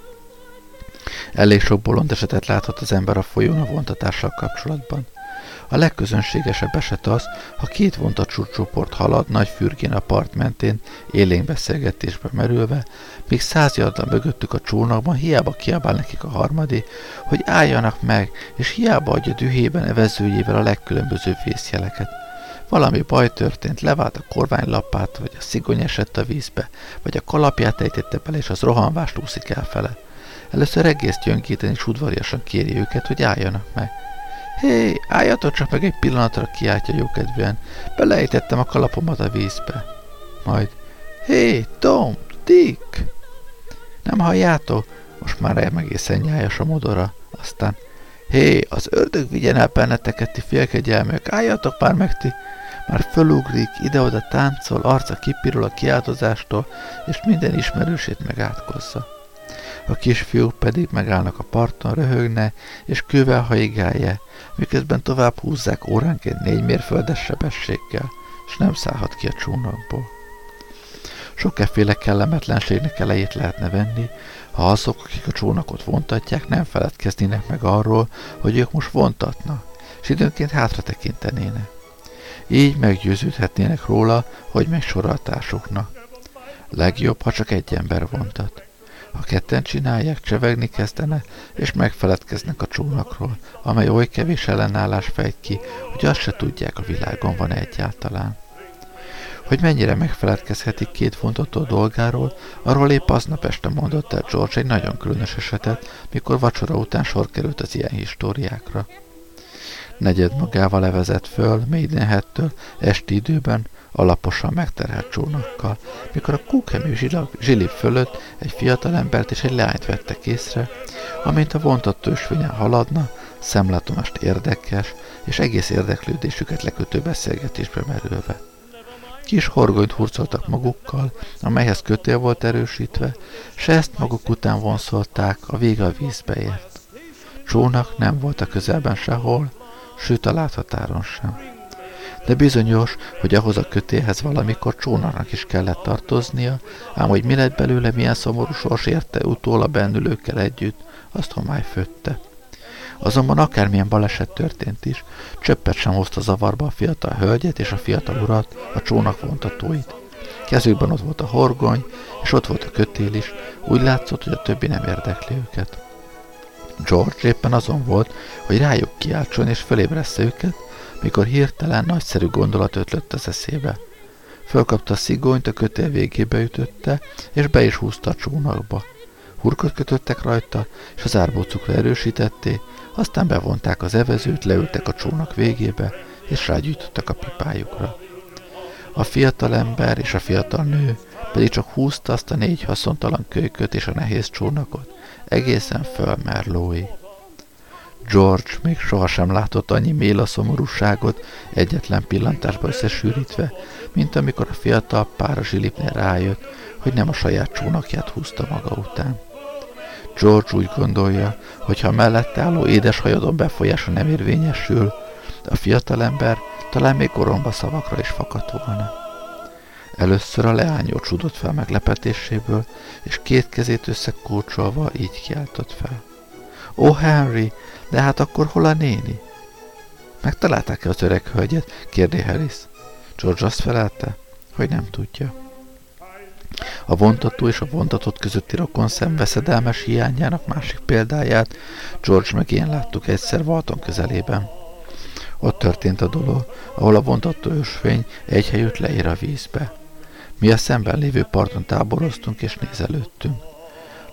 Elég sok bolond esetet láthat az ember a folyón a vontatással kapcsolatban. A legközönségesebb eset az, ha két vontatású csoport halad nagy fürgén a part mentén, élénk beszélgetésbe merülve, míg száz yarddal mögöttük a csónakban hiába kiabál nekik a harmadik, hogy álljanak meg, és hiába adja dühében evezőjével a legkülönbözőbb vészjeleket. Valami baj történt, levált a kormánylapát, vagy a szigony esett a vízbe, vagy a kalapját ejtette bele, és az rohanvást úszik elfele. Először egész gyöngéten és udvariasan kéri őket, hogy álljanak meg. Hé, álljatok csak meg egy pillanatra, kiáltja jókedvűen. Beleejtettem a kalapomat a vízbe. Majd, hé, Tom, Dick! Nem halljátok? Most már egészen nyájas a modora. Aztán, hé, az ördög vigyen el benneteket, ti félkegyelműek, álljatok már meg ti! Már fölugrik, ide-oda táncol, arca kipirul a kiáltozástól, és minden ismerősét megátkozza. A kisfiúk pedig megállnak a parton, röhögne, és kővel haigálja, miközben tovább húzzák óránként négy mérföldes sebességgel, és nem szállhat ki a csónakból. Sok efféle kellemetlenségnek elejét lehetne venni, ha azok, akik a csónakot vontatják, nem feledkeznének meg arról, hogy ők most vontatnak, és időnként hátra tekintenének. Így meggyőződhetnének róla, hogy megy sor a társuknak. Legjobb, ha csak egy ember vontat. Ha ketten csinálják, csevegni kezdene, és megfeledkeznek a csónakról, amely oly kevés ellenállás fejt ki, hogy azt se tudják, a világon van egyáltalán. Hogy mennyire megfeledkezhetik két vontató dolgáról, arról épp aznap este mondott el George egy nagyon különös esetet, mikor vacsora után sor került az ilyen históriákra. Negyed magával levezett föl Maidenheadtől esti időben, alaposan megterhelt csónakkal, mikor a kúkemű zsilip fölött egy fiatalembert és egy leányt vettek észre, amint a vontató ösvényen haladna, szemlátomást érdekes és egész érdeklődésüket lekötő beszélgetésbe merülve. Kis horgonyt hurcoltak magukkal, amelyhez kötél volt erősítve, s ezt maguk után vonszolták, a vége a vízbe ért. Csónak nem volt a közelben sehol, sőt a láthatáron sem. De bizonyos, hogy ahhoz a kötélhez valamikor csónaknak is kellett tartoznia, ám hogy mi lett belőle, milyen szomorú sors érte utól a bennülőkkel együtt, azt homály főtte. Azonban akármilyen baleset történt is, csöppet sem hozta zavarba a fiatal hölgyet és a fiatal urat, a csónak vontatóit. Kezükben ott volt a horgony, és ott volt a kötél is, úgy látszott, hogy a többi nem érdekli őket. George éppen azon volt, hogy rájuk kiáltson és fölébressze őket, mikor hirtelen nagyszerű gondolat ötlött az eszébe. Fölkapta a szigonyt, a kötél végébe ütötte, és be is húzta a csónakba. Hurkot kötöttek rajta, és az árbócukra erősítették, aztán bevonták az evezőt, leültek a csónak végébe, és rágyújtottak a pipájukra. A fiatal ember és a fiatal nő pedig csak húzta azt a négy haszontalan kölyköt és a nehéz csónakot, egészen föl Merlóig. George még sohasem látott annyi méla szomorúságot egyetlen pillantásba összesűrítve, mint amikor a fiatal pár a zsilipnél rájött, hogy nem a saját csónakját húzta maga után. George úgy gondolja, hogy ha mellette álló édeshajadon befolyása nem érvényesül, a fiatalember talán még goromba szavakra is fakadt volna. Először a leányó csúdott fel meglepetéséből, és két kezét összekulcsolva így kiáltott fel. Ó, Henry, de hát akkor hol a néni? Megtalálták-e az öreg hölgyet? Kérdé Harris. George azt felelte, hogy nem tudja. A vontató és a vontatott közötti rokon szemveszedelmes hiányának másik példáját George meg én láttuk egyszer Walton közelében. Ott történt a dolog, ahol a vontató ösvény egy helyütt leér a vízbe. Mi a szemben lévő parton táboroztunk és nézelődtünk.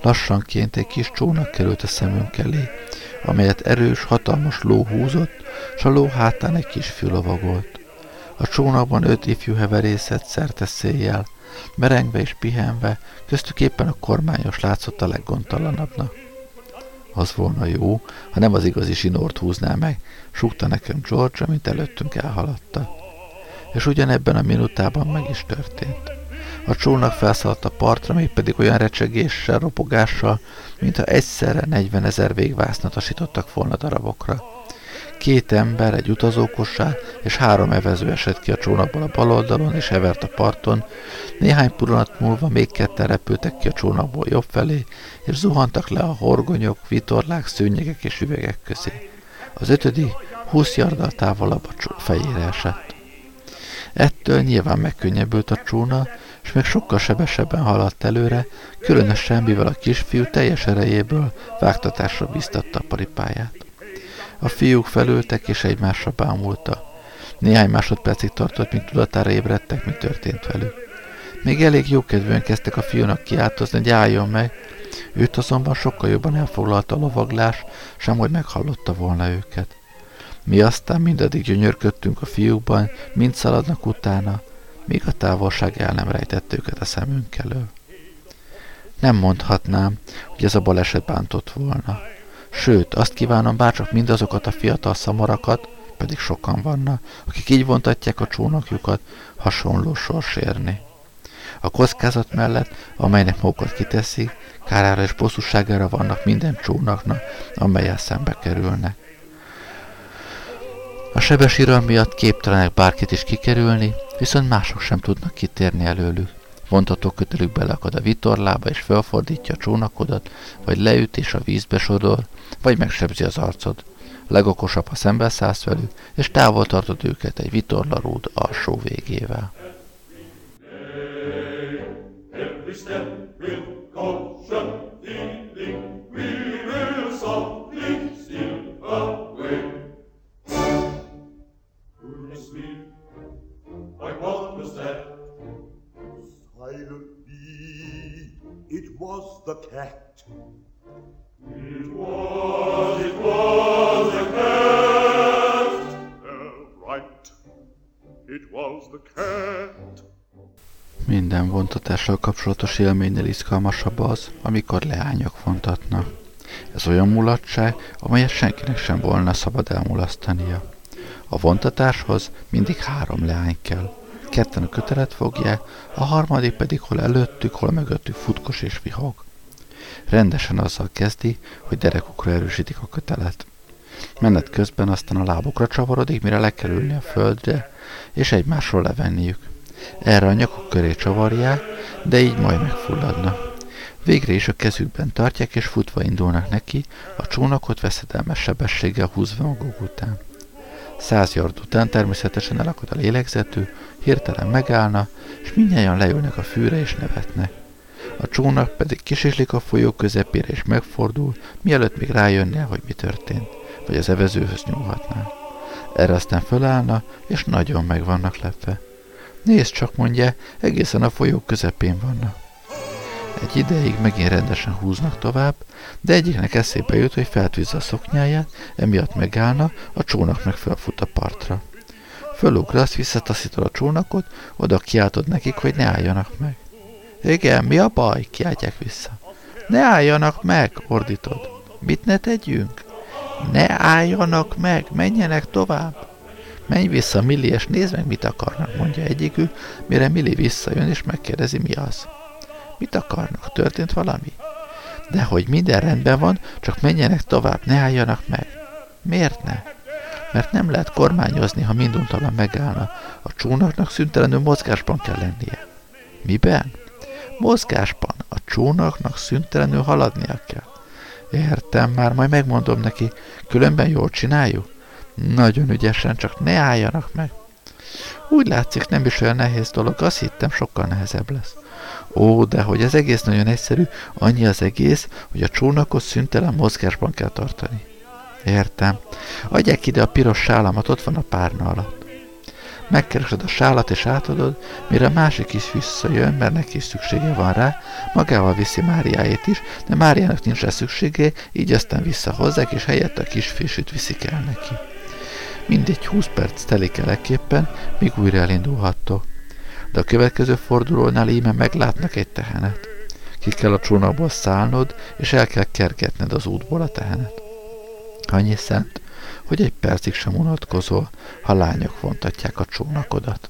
Lassanként egy kis csónak került a szemünk elé, amelyet erős, hatalmas ló húzott, s a ló hátán egy kisfiú lovagolt. A csónakban öt ifjú heverészet szerte széjjel, merengve és pihenve, köztük éppen a kormányos látszott a leggondtalanabbnak. Az volna jó, ha nem az igazi zsinort húzná meg, súgta nekem George, amint előttünk elhaladta. És ugyanebben a minutában meg is történt. A csónak felszaladt a partra, még pedig olyan recsegéssel, ropogással, mintha egyszerre negyvenezer végvásznat asítottak volna darabokra. Két ember, egy utazókosár és három evező esett ki a csónakból a bal oldalon, és hevert a parton. Néhány pillanat múlva még ketten repültek ki a csónakból jobb felé, és zuhantak le a horgonyok, vitorlák, szőnyegek és üvegek közé. Az ötödik húsz yarddal távolabb a csó- fejére esett. Ettől nyilván megkönnyebbült a csóna, és még sokkal sebesebben haladt előre, különösen mivel a kisfiú teljes erejéből vágtatásra bíztatta a paripáját. A fiúk felültek és egymásra bámultak. Néhány másodpercig tartott, míg tudatára ébredtek, mi történt velük. Még elég jókedvűen kezdtek a fiúnak kiáltozni, hogy álljon meg, őt azonban sokkal jobban elfoglalta a lovaglás, sem hogy meghallotta volna őket. Mi aztán mindaddig gyönyörködtünk a fiúkban, mind szaladnak utána, míg a távolság el nem rejtett őket a szemünk elől. Nem mondhatnám, hogy ez a baleset bántott volna. Sőt, azt kívánom, bárcsak mindazokat a fiatal szamarakat, pedig sokan vannak, akik így vontatják a csónakjukat, hasonló sors érni. A kockázat mellett, amelynek magukat kiteszik, kárára és bosszúságára vannak minden csónaknak, amellyel szembe kerülnek. A sebes iram miatt képtelenek bárkit is kikerülni, viszont mások sem tudnak kitérni előlük. Vontatókötelük belakad a vitorlába és felfordítja a csónakodat, vagy leüt és a vízbe sodor, vagy megsebzi az arcod. A legokosabb, ha szembeszállsz velük, és távol tartod őket egy vitorlarúd alsó végével.
It was the cat.
It was, it was the cat.
Uh, right. It was the cat.
Minden vontatással kapcsolatos élménynél izgalmasabb az, amikor leányok vontatnak. Ez olyan mulatság, amelyet senkinek sem volna szabad elmulasztania. A vontatáshoz mindig három leány kell. Ketten a kötelet fogják, a harmadik pedig hol előttük, hol mögöttük futkos és vihog. Rendesen azzal kezdi, hogy derekukra erősítik a kötelet. Menet közben aztán a lábukra csavarodik, mire lekerülni a földre, és egymásról levenniük. Erre a nyakuk köré csavarják, de így majd megfulladnak. Végre is a kezükben tartják, és futva indulnak neki, a csónakot veszedelmes sebességgel húzva maguk után. Száz yard után természetesen elakad a lélegzetű, hirtelen megállna, és mindnyájan leülnek a fűre és nevetnek. A csónak pedig kisislik a folyó közepére és megfordul, mielőtt még rájönnél, hogy mi történt, vagy az evezőhöz nyúlhatnál. Erre aztán fölállna, és nagyon meg vannak lepve. Nézd csak, mondja, egészen a folyó közepén vannak. Egy ideig megint rendesen húznak tovább, de egyiknek eszébe jut, hogy feltűzze a szoknyáját, emiatt megállna, a csónak meg felfut a partra. Fölugrasz, visszataszítod a csónakot, oda kiáltod nekik, hogy ne álljanak meg. Igen, mi a baj? Kiáltják vissza. Ne álljanak meg, ordítod. Mit ne tegyünk? Ne álljanak meg, menjenek tovább. Menj vissza, Milli, és nézd meg, mit akarnak, mondja egyikük, mire Milli visszajön, és megkérdezi, mi az. Mit akarnak? Történt valami? De hogy minden rendben van, csak menjenek tovább, ne álljanak meg. Miért ne? Mert nem lehet kormányozni, ha minduntalan megállna. A csónaknak szüntelenül mozgásban kell lennie. Miben? Mozgásban. A csónaknak szüntelenül haladnia kell. Értem már, majd megmondom neki, különben jól csináljuk? Nagyon ügyesen, csak ne álljanak meg. Úgy látszik, nem is olyan nehéz dolog, azt hittem, sokkal nehezebb lesz. Ó, de hogy az egész nagyon egyszerű, annyi az egész, hogy a csónakot szüntelen mozgásban kell tartani. Értem. Adják ide a piros sálamat, ott van a párna alatt. Megkeresed a sálat és átadod, mire a másik is visszajön, mert neki is szüksége van rá, magával viszi Máriáét is, de Máriának nincs rá szükségé, így aztán visszahozzák, és helyette a kisfésűt viszik el neki. Mindegy húsz perc telik el ekképpen, míg újra elindulhattok. De a következő fordulónál íme meglátnak egy tehenet. Ki kell a csónakból szállnod, és el kell kergetned az útból a tehenet. Annyi szent, hogy egy percig sem unatkozol, ha lányok vontatják a csónakodat.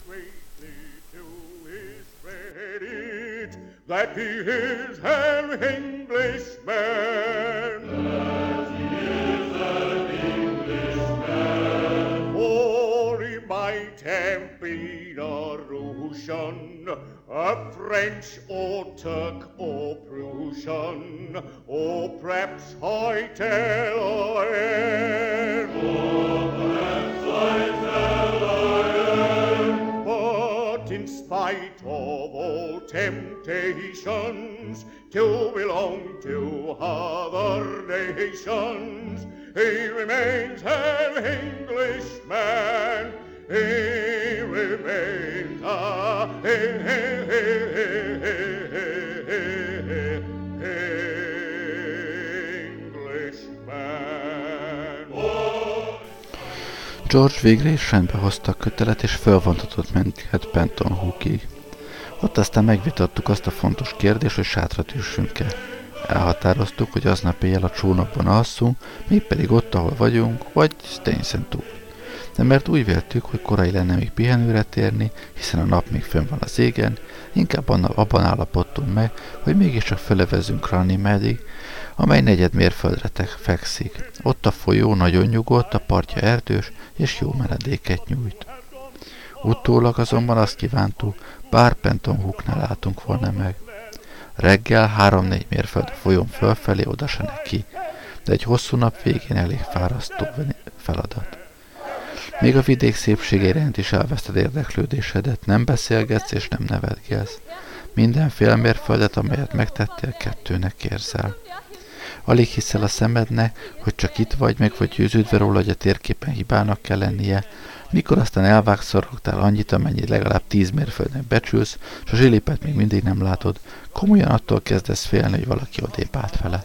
That he is an Englishman. That he is an Englishman. Or he might have been a Russian, a French or Turk or Prussian, or perhaps Italian. Or perhaps Italian. But in spite of all temptations to belong to other nations, he remains an Englishman. He remains a Englishman.
George végre is rendbe hozta a kötelet, és felvontatott minket Penton Hookig. Ott aztán megvitattuk azt a fontos kérdést, hogy sátrat üssünk el. Elhatároztuk, hogy aznap éjjel a csónakban alszunk, mégpedig ott, ahol vagyunk, vagy Stainsen túl. De mert úgy véltük, hogy korai lenne még pihenőre térni, hiszen a nap még fönn van az égen, inkább abban állapodtunk meg, hogy mégiscsak fölevezünk Runnymede-ig, amely negyed mérföldre fekszik. Ott a folyó nagyon nyugodt, a partja erdős, és jó menedéket nyújt. Utólag azonban azt kívántuk, bár Penton Hooknál álltunk volna meg. Reggel három-négy mérföld a folyón fölfelé, oda se neki, de egy hosszú nap végén elég fárasztó feladat. Még a vidék szépsége iránt is elveszted érdeklődésedet, nem beszélgetsz és nem nevetgélsz. Minden fél mérföldet, amelyet megtettél, kettőnek érzel. Alig hiszel a szemednek, hogy csak itt vagy, meg vagy győződve róla, hogy a térképen hibának kell lennie, mikor aztán elvágszorogtál annyit, amennyit legalább tíz mérföldnek becsülsz, és a zsilipet még mindig nem látod, komolyan attól kezdesz félni, hogy valaki odébb állt vele.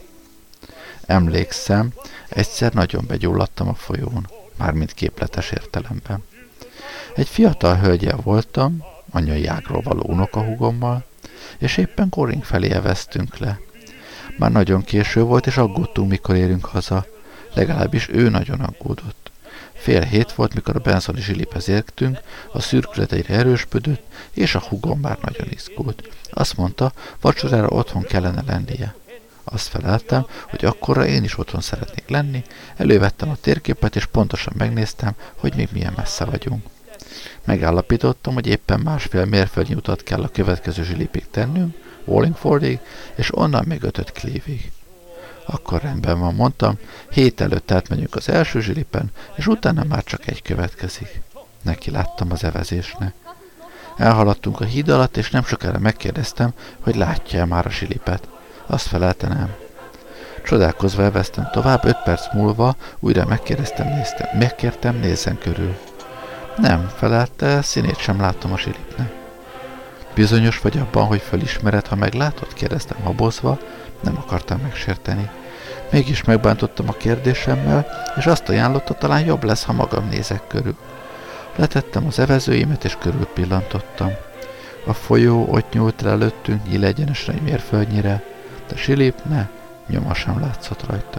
Emlékszem, egyszer nagyon begyulladtam a folyón, mármint képletes értelemben. Egy fiatal hölgyel voltam, anyai ágról való unokahúgommal, és éppen Goring felé eveztünk le. Már nagyon késő volt, és aggódtunk, mikor érünk haza. Legalábbis ő nagyon aggódott. Fél hét volt, mikor a Bensoni zsiliphez értünk, a szürkület egyre erősödött, és a húgom már nagyon izgult. Azt mondta, vacsorára otthon kellene lennie. Azt feleltem, hogy akkorra én is otthon szeretnék lenni, elővettem a térképet, és pontosan megnéztem, hogy még milyen messze vagyunk. Megállapítottam, hogy éppen másfél mérföldnyi utat kell a következő zsilipig tennünk, Wallingfordig, és onnan még ötöt Cleave-ig. Akkor rendben van, mondtam, hét előtt átmegyünk az első zsilipen, és utána már csak egy következik. Neki láttam az evezésnek. Elhaladtunk a híd alatt, és nem sokára megkérdeztem, hogy látja-e már a zsilipet. Azt felelte nem. Csodálkozva eveztem tovább, öt perc múlva újra megkérdeztem, néztem, megkértem, nézzen körül. Nem, felelte, színét sem láttam a zsilipnek. Bizonyos vagy abban, hogy felismered, ha meglátod? Kérdeztem habozva, nem akartam megsérteni. Mégis megbántottam a kérdésemmel, és azt ajánlotta, talán jobb lesz, ha magam nézek körül. Letettem az evezőimet, és körül pillantottam. A folyó ott nyúlt el előttünk nyílegyenesen egy mérföldnyire, de zsilip ne, nyoma sem látszott rajta.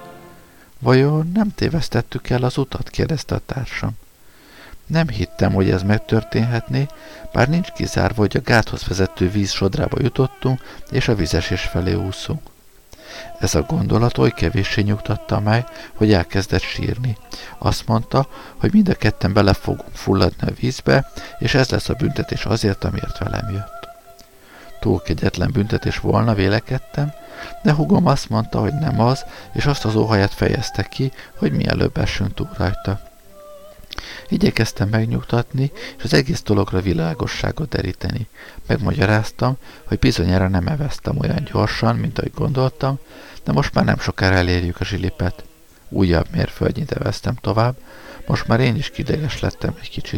Vajon nem tévesztettük el az utat? Kérdezte a társam. Nem hittem, hogy ez megtörténhetné, bár nincs kizárva, hogy a gáthoz vezető víz sodrába jutottunk, és a vizesés felé úszunk. Ez a gondolat oly kevéssé nyugtatta meg, hogy elkezdett sírni. Azt mondta, hogy mind a ketten bele fogunk fulladni a vízbe, és ez lesz a büntetés azért, amiért velem jött. Túl kegyetlen büntetés volna, vélekedtem, de húgom azt mondta, hogy nem az, és azt az óhaját fejezte ki, hogy mielőbb essünk túl rajta. Igyekeztem megnyugtatni, és az egész dologra világosságot deríteni. Megmagyaráztam, hogy bizonyára nem eveztem olyan gyorsan, mint ahogy gondoltam, de most már nem sokára elérjük a zsilipet. Újabb mérföldnyit eveztem tovább, most már én is kideges lettem egy kicsit.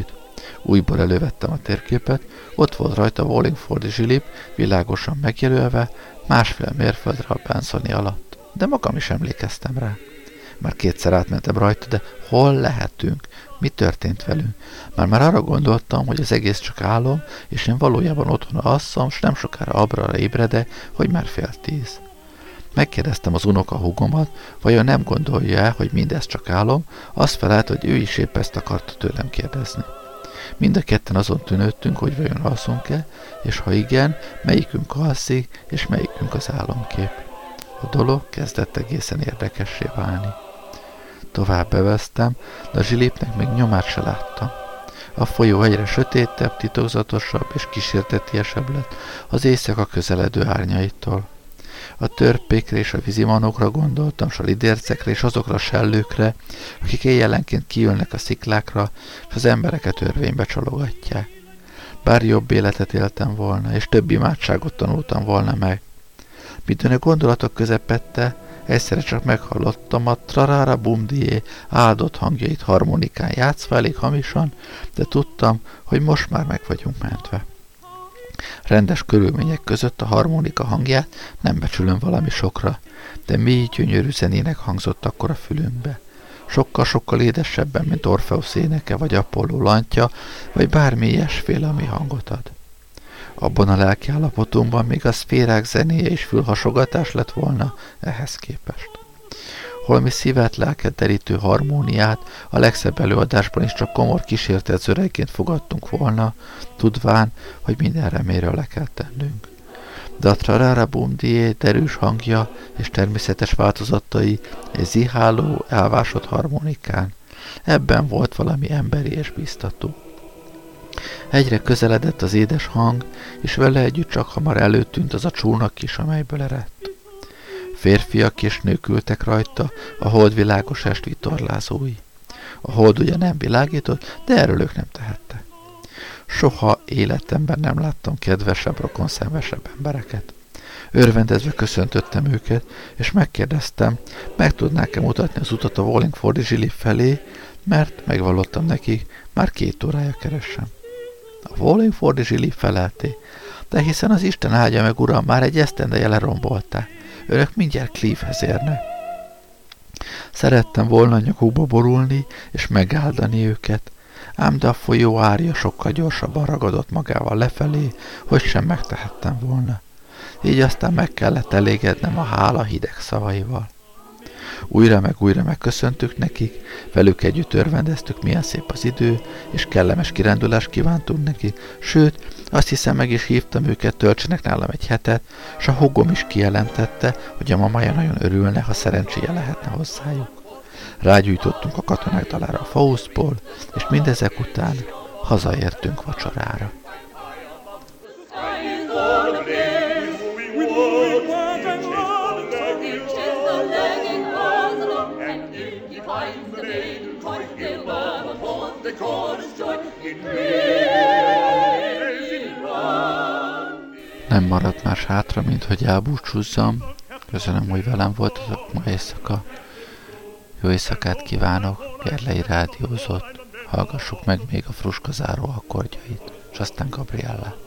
Újból elővettem a térképet, ott volt rajta Wallingfordi zsilip, világosan megjelölve, másfél mérföldre a Bensoni alatt. De magam is emlékeztem rá. Már kétszer átmentem rajta, de hol lehetünk? Mi történt velünk? Már már arra gondoltam, hogy az egész csak álom, és én valójában otthon alszom, s nem sokára abrara ébredek, hogy már fél tíz. Megkérdeztem az unoka húgomat, vajon nem gondolja-e, hogy mindez csak álom, azt felelt, hogy ő is épp ezt akarta tőlem kérdezni. Mind a ketten azon tűnődtünk, hogy vajon alszunk-e, és ha igen, melyikünk alszik, és melyikünk az álomkép. A dolog kezdett egészen érdekessé válni. Tovább beveztem, de a zsilipnek még nyomát se láttam. A folyó egyre sötétebb, titokzatosabb és kísértetiesebb lett az éjszaka közeledő árnyaitól. A törpékre és a vízimanokra gondoltam, s a lidércekre és azokra a sellőkre, akik éjjelenként kijönnek a sziklákra, és az embereket örvénybe csalogatják. Bár jobb életet éltem volna, és több imádságot tanultam volna meg. Midőn a gondolatok közepette, egyszerre csak meghallottam a trarara bumdié áldott hangjait harmonikán játszva elég hamisan, de tudtam, hogy most már meg vagyunk mentve. Rendes körülmények között a harmonika hangját nem becsülöm valami sokra, de mély gyönyörű zenének hangzott akkor a fülünkbe. Sokkal-sokkal édesebben, mint Orfeusz éneke, vagy Apolló lantja, vagy bármi ilyesféle, ami hangot ad. Abban a lelkiállapotunkban még a szférák zenéje és fülhasogatás lett volna ehhez képest. Holmi szívet, lelket derítő harmóniát a legszebb előadásban is csak komor kísértett zöregként fogadtunk volna, tudván, hogy minden reményről le kell tennünk. De a trarara bumdié derűs hangja és természetes változatai egy ziháló, elvásott harmonikán. Ebben volt valami emberi és biztató. Egyre közeledett az édes hang, és vele együtt csak hamar előtűnt az a csónak is, amelyből eredt. Férfiak és nők ültek rajta, a hold világos est vitorlázói. A hold ugye nem világított, de erről ők nem tehettek. Soha életemben nem láttam kedvesebb, rokonszenvesebb embereket. Örvendezve köszöntöttem őket, és megkérdeztem, meg tudnák-e mutatni az utat a Wallingfordi zsilip felé, mert megvallottam nekik, már két órája keresem. A Wallingfordi zsilip felelté, de hiszen az Isten áldja meg, uram, már egy esztendeje lerombolták. Önök mindjárt Clevehez érnek. Szerettem volna nyakukba borulni, és megáldani őket, ám de a folyó árja sokkal gyorsabban ragadott magával lefelé, hogy sem megtehettem volna. Így aztán meg kellett elégednem a hála hideg szavaival. Újra meg újra megköszöntük nekik, velük együtt örvendeztük, milyen szép az idő, és kellemes kirándulást kívántunk nekik, sőt, azt hiszem meg is hívtam őket, töltsenek nálam egy hetet, s a húgom is kijelentette, hogy a mamája nagyon örülne, ha szerencséje lehetne hozzájuk. Rágyújtottunk a katonák dalára a Faustból, és mindezek után hazaértünk vacsorára. Nem maradt más hátra, mint hogy elbúcsúzzam. Köszönöm, hogy velem voltatok ma éjszaka. Jó éjszakát kívánok, Gerlei rádiózott. Hallgassuk meg még a Fruska záró akkordjait, és aztán Gabriellát.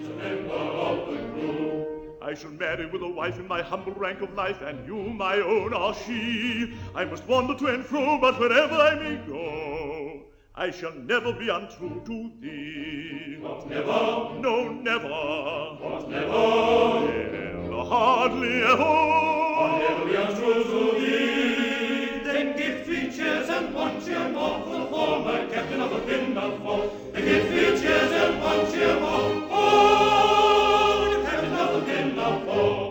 I shall marry with a wife in my humble rank of life, and you, my own, are she. I must wander to and fro, but wherever I may go, I shall never be untrue to thee. What, never? No, never. What, never? Never, hardly ever. I'll never be untrue to thee. Then give three cheers and one cheer more for the former captain of the Pinafore. Then give three cheers and one cheer more for the captain of the Pinafore.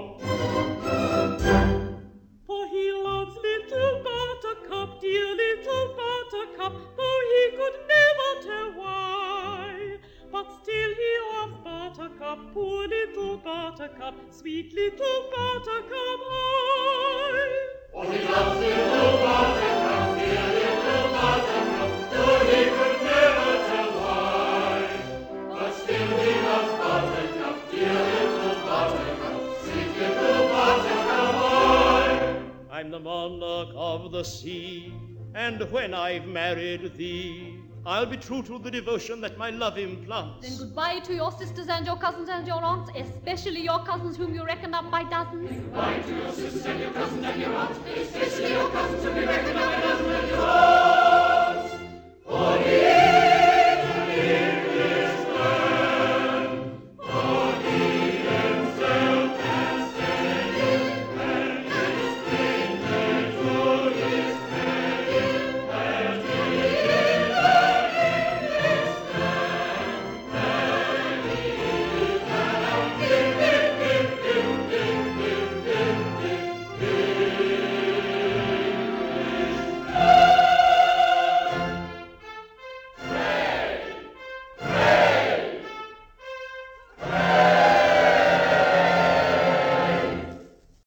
For he loves little Buttercup, dear little Buttercup, though he could never tell why. But still he loves Buttercup, poor little Buttercup, sweet little Buttercup, I.
For he loves little Buttercup, dear little Buttercup, though he could never tell why. But still he loves Buttercup, dear little Buttercup, sweet little Buttercup, I.
I'm the monarch of the sea, and when I've married thee, I'll be true to the devotion that my love implants.
Then goodbye to your sisters and your cousins and your aunts, especially your cousins whom you reckon up by dozens.
Goodbye to your sisters and your cousins and your aunts,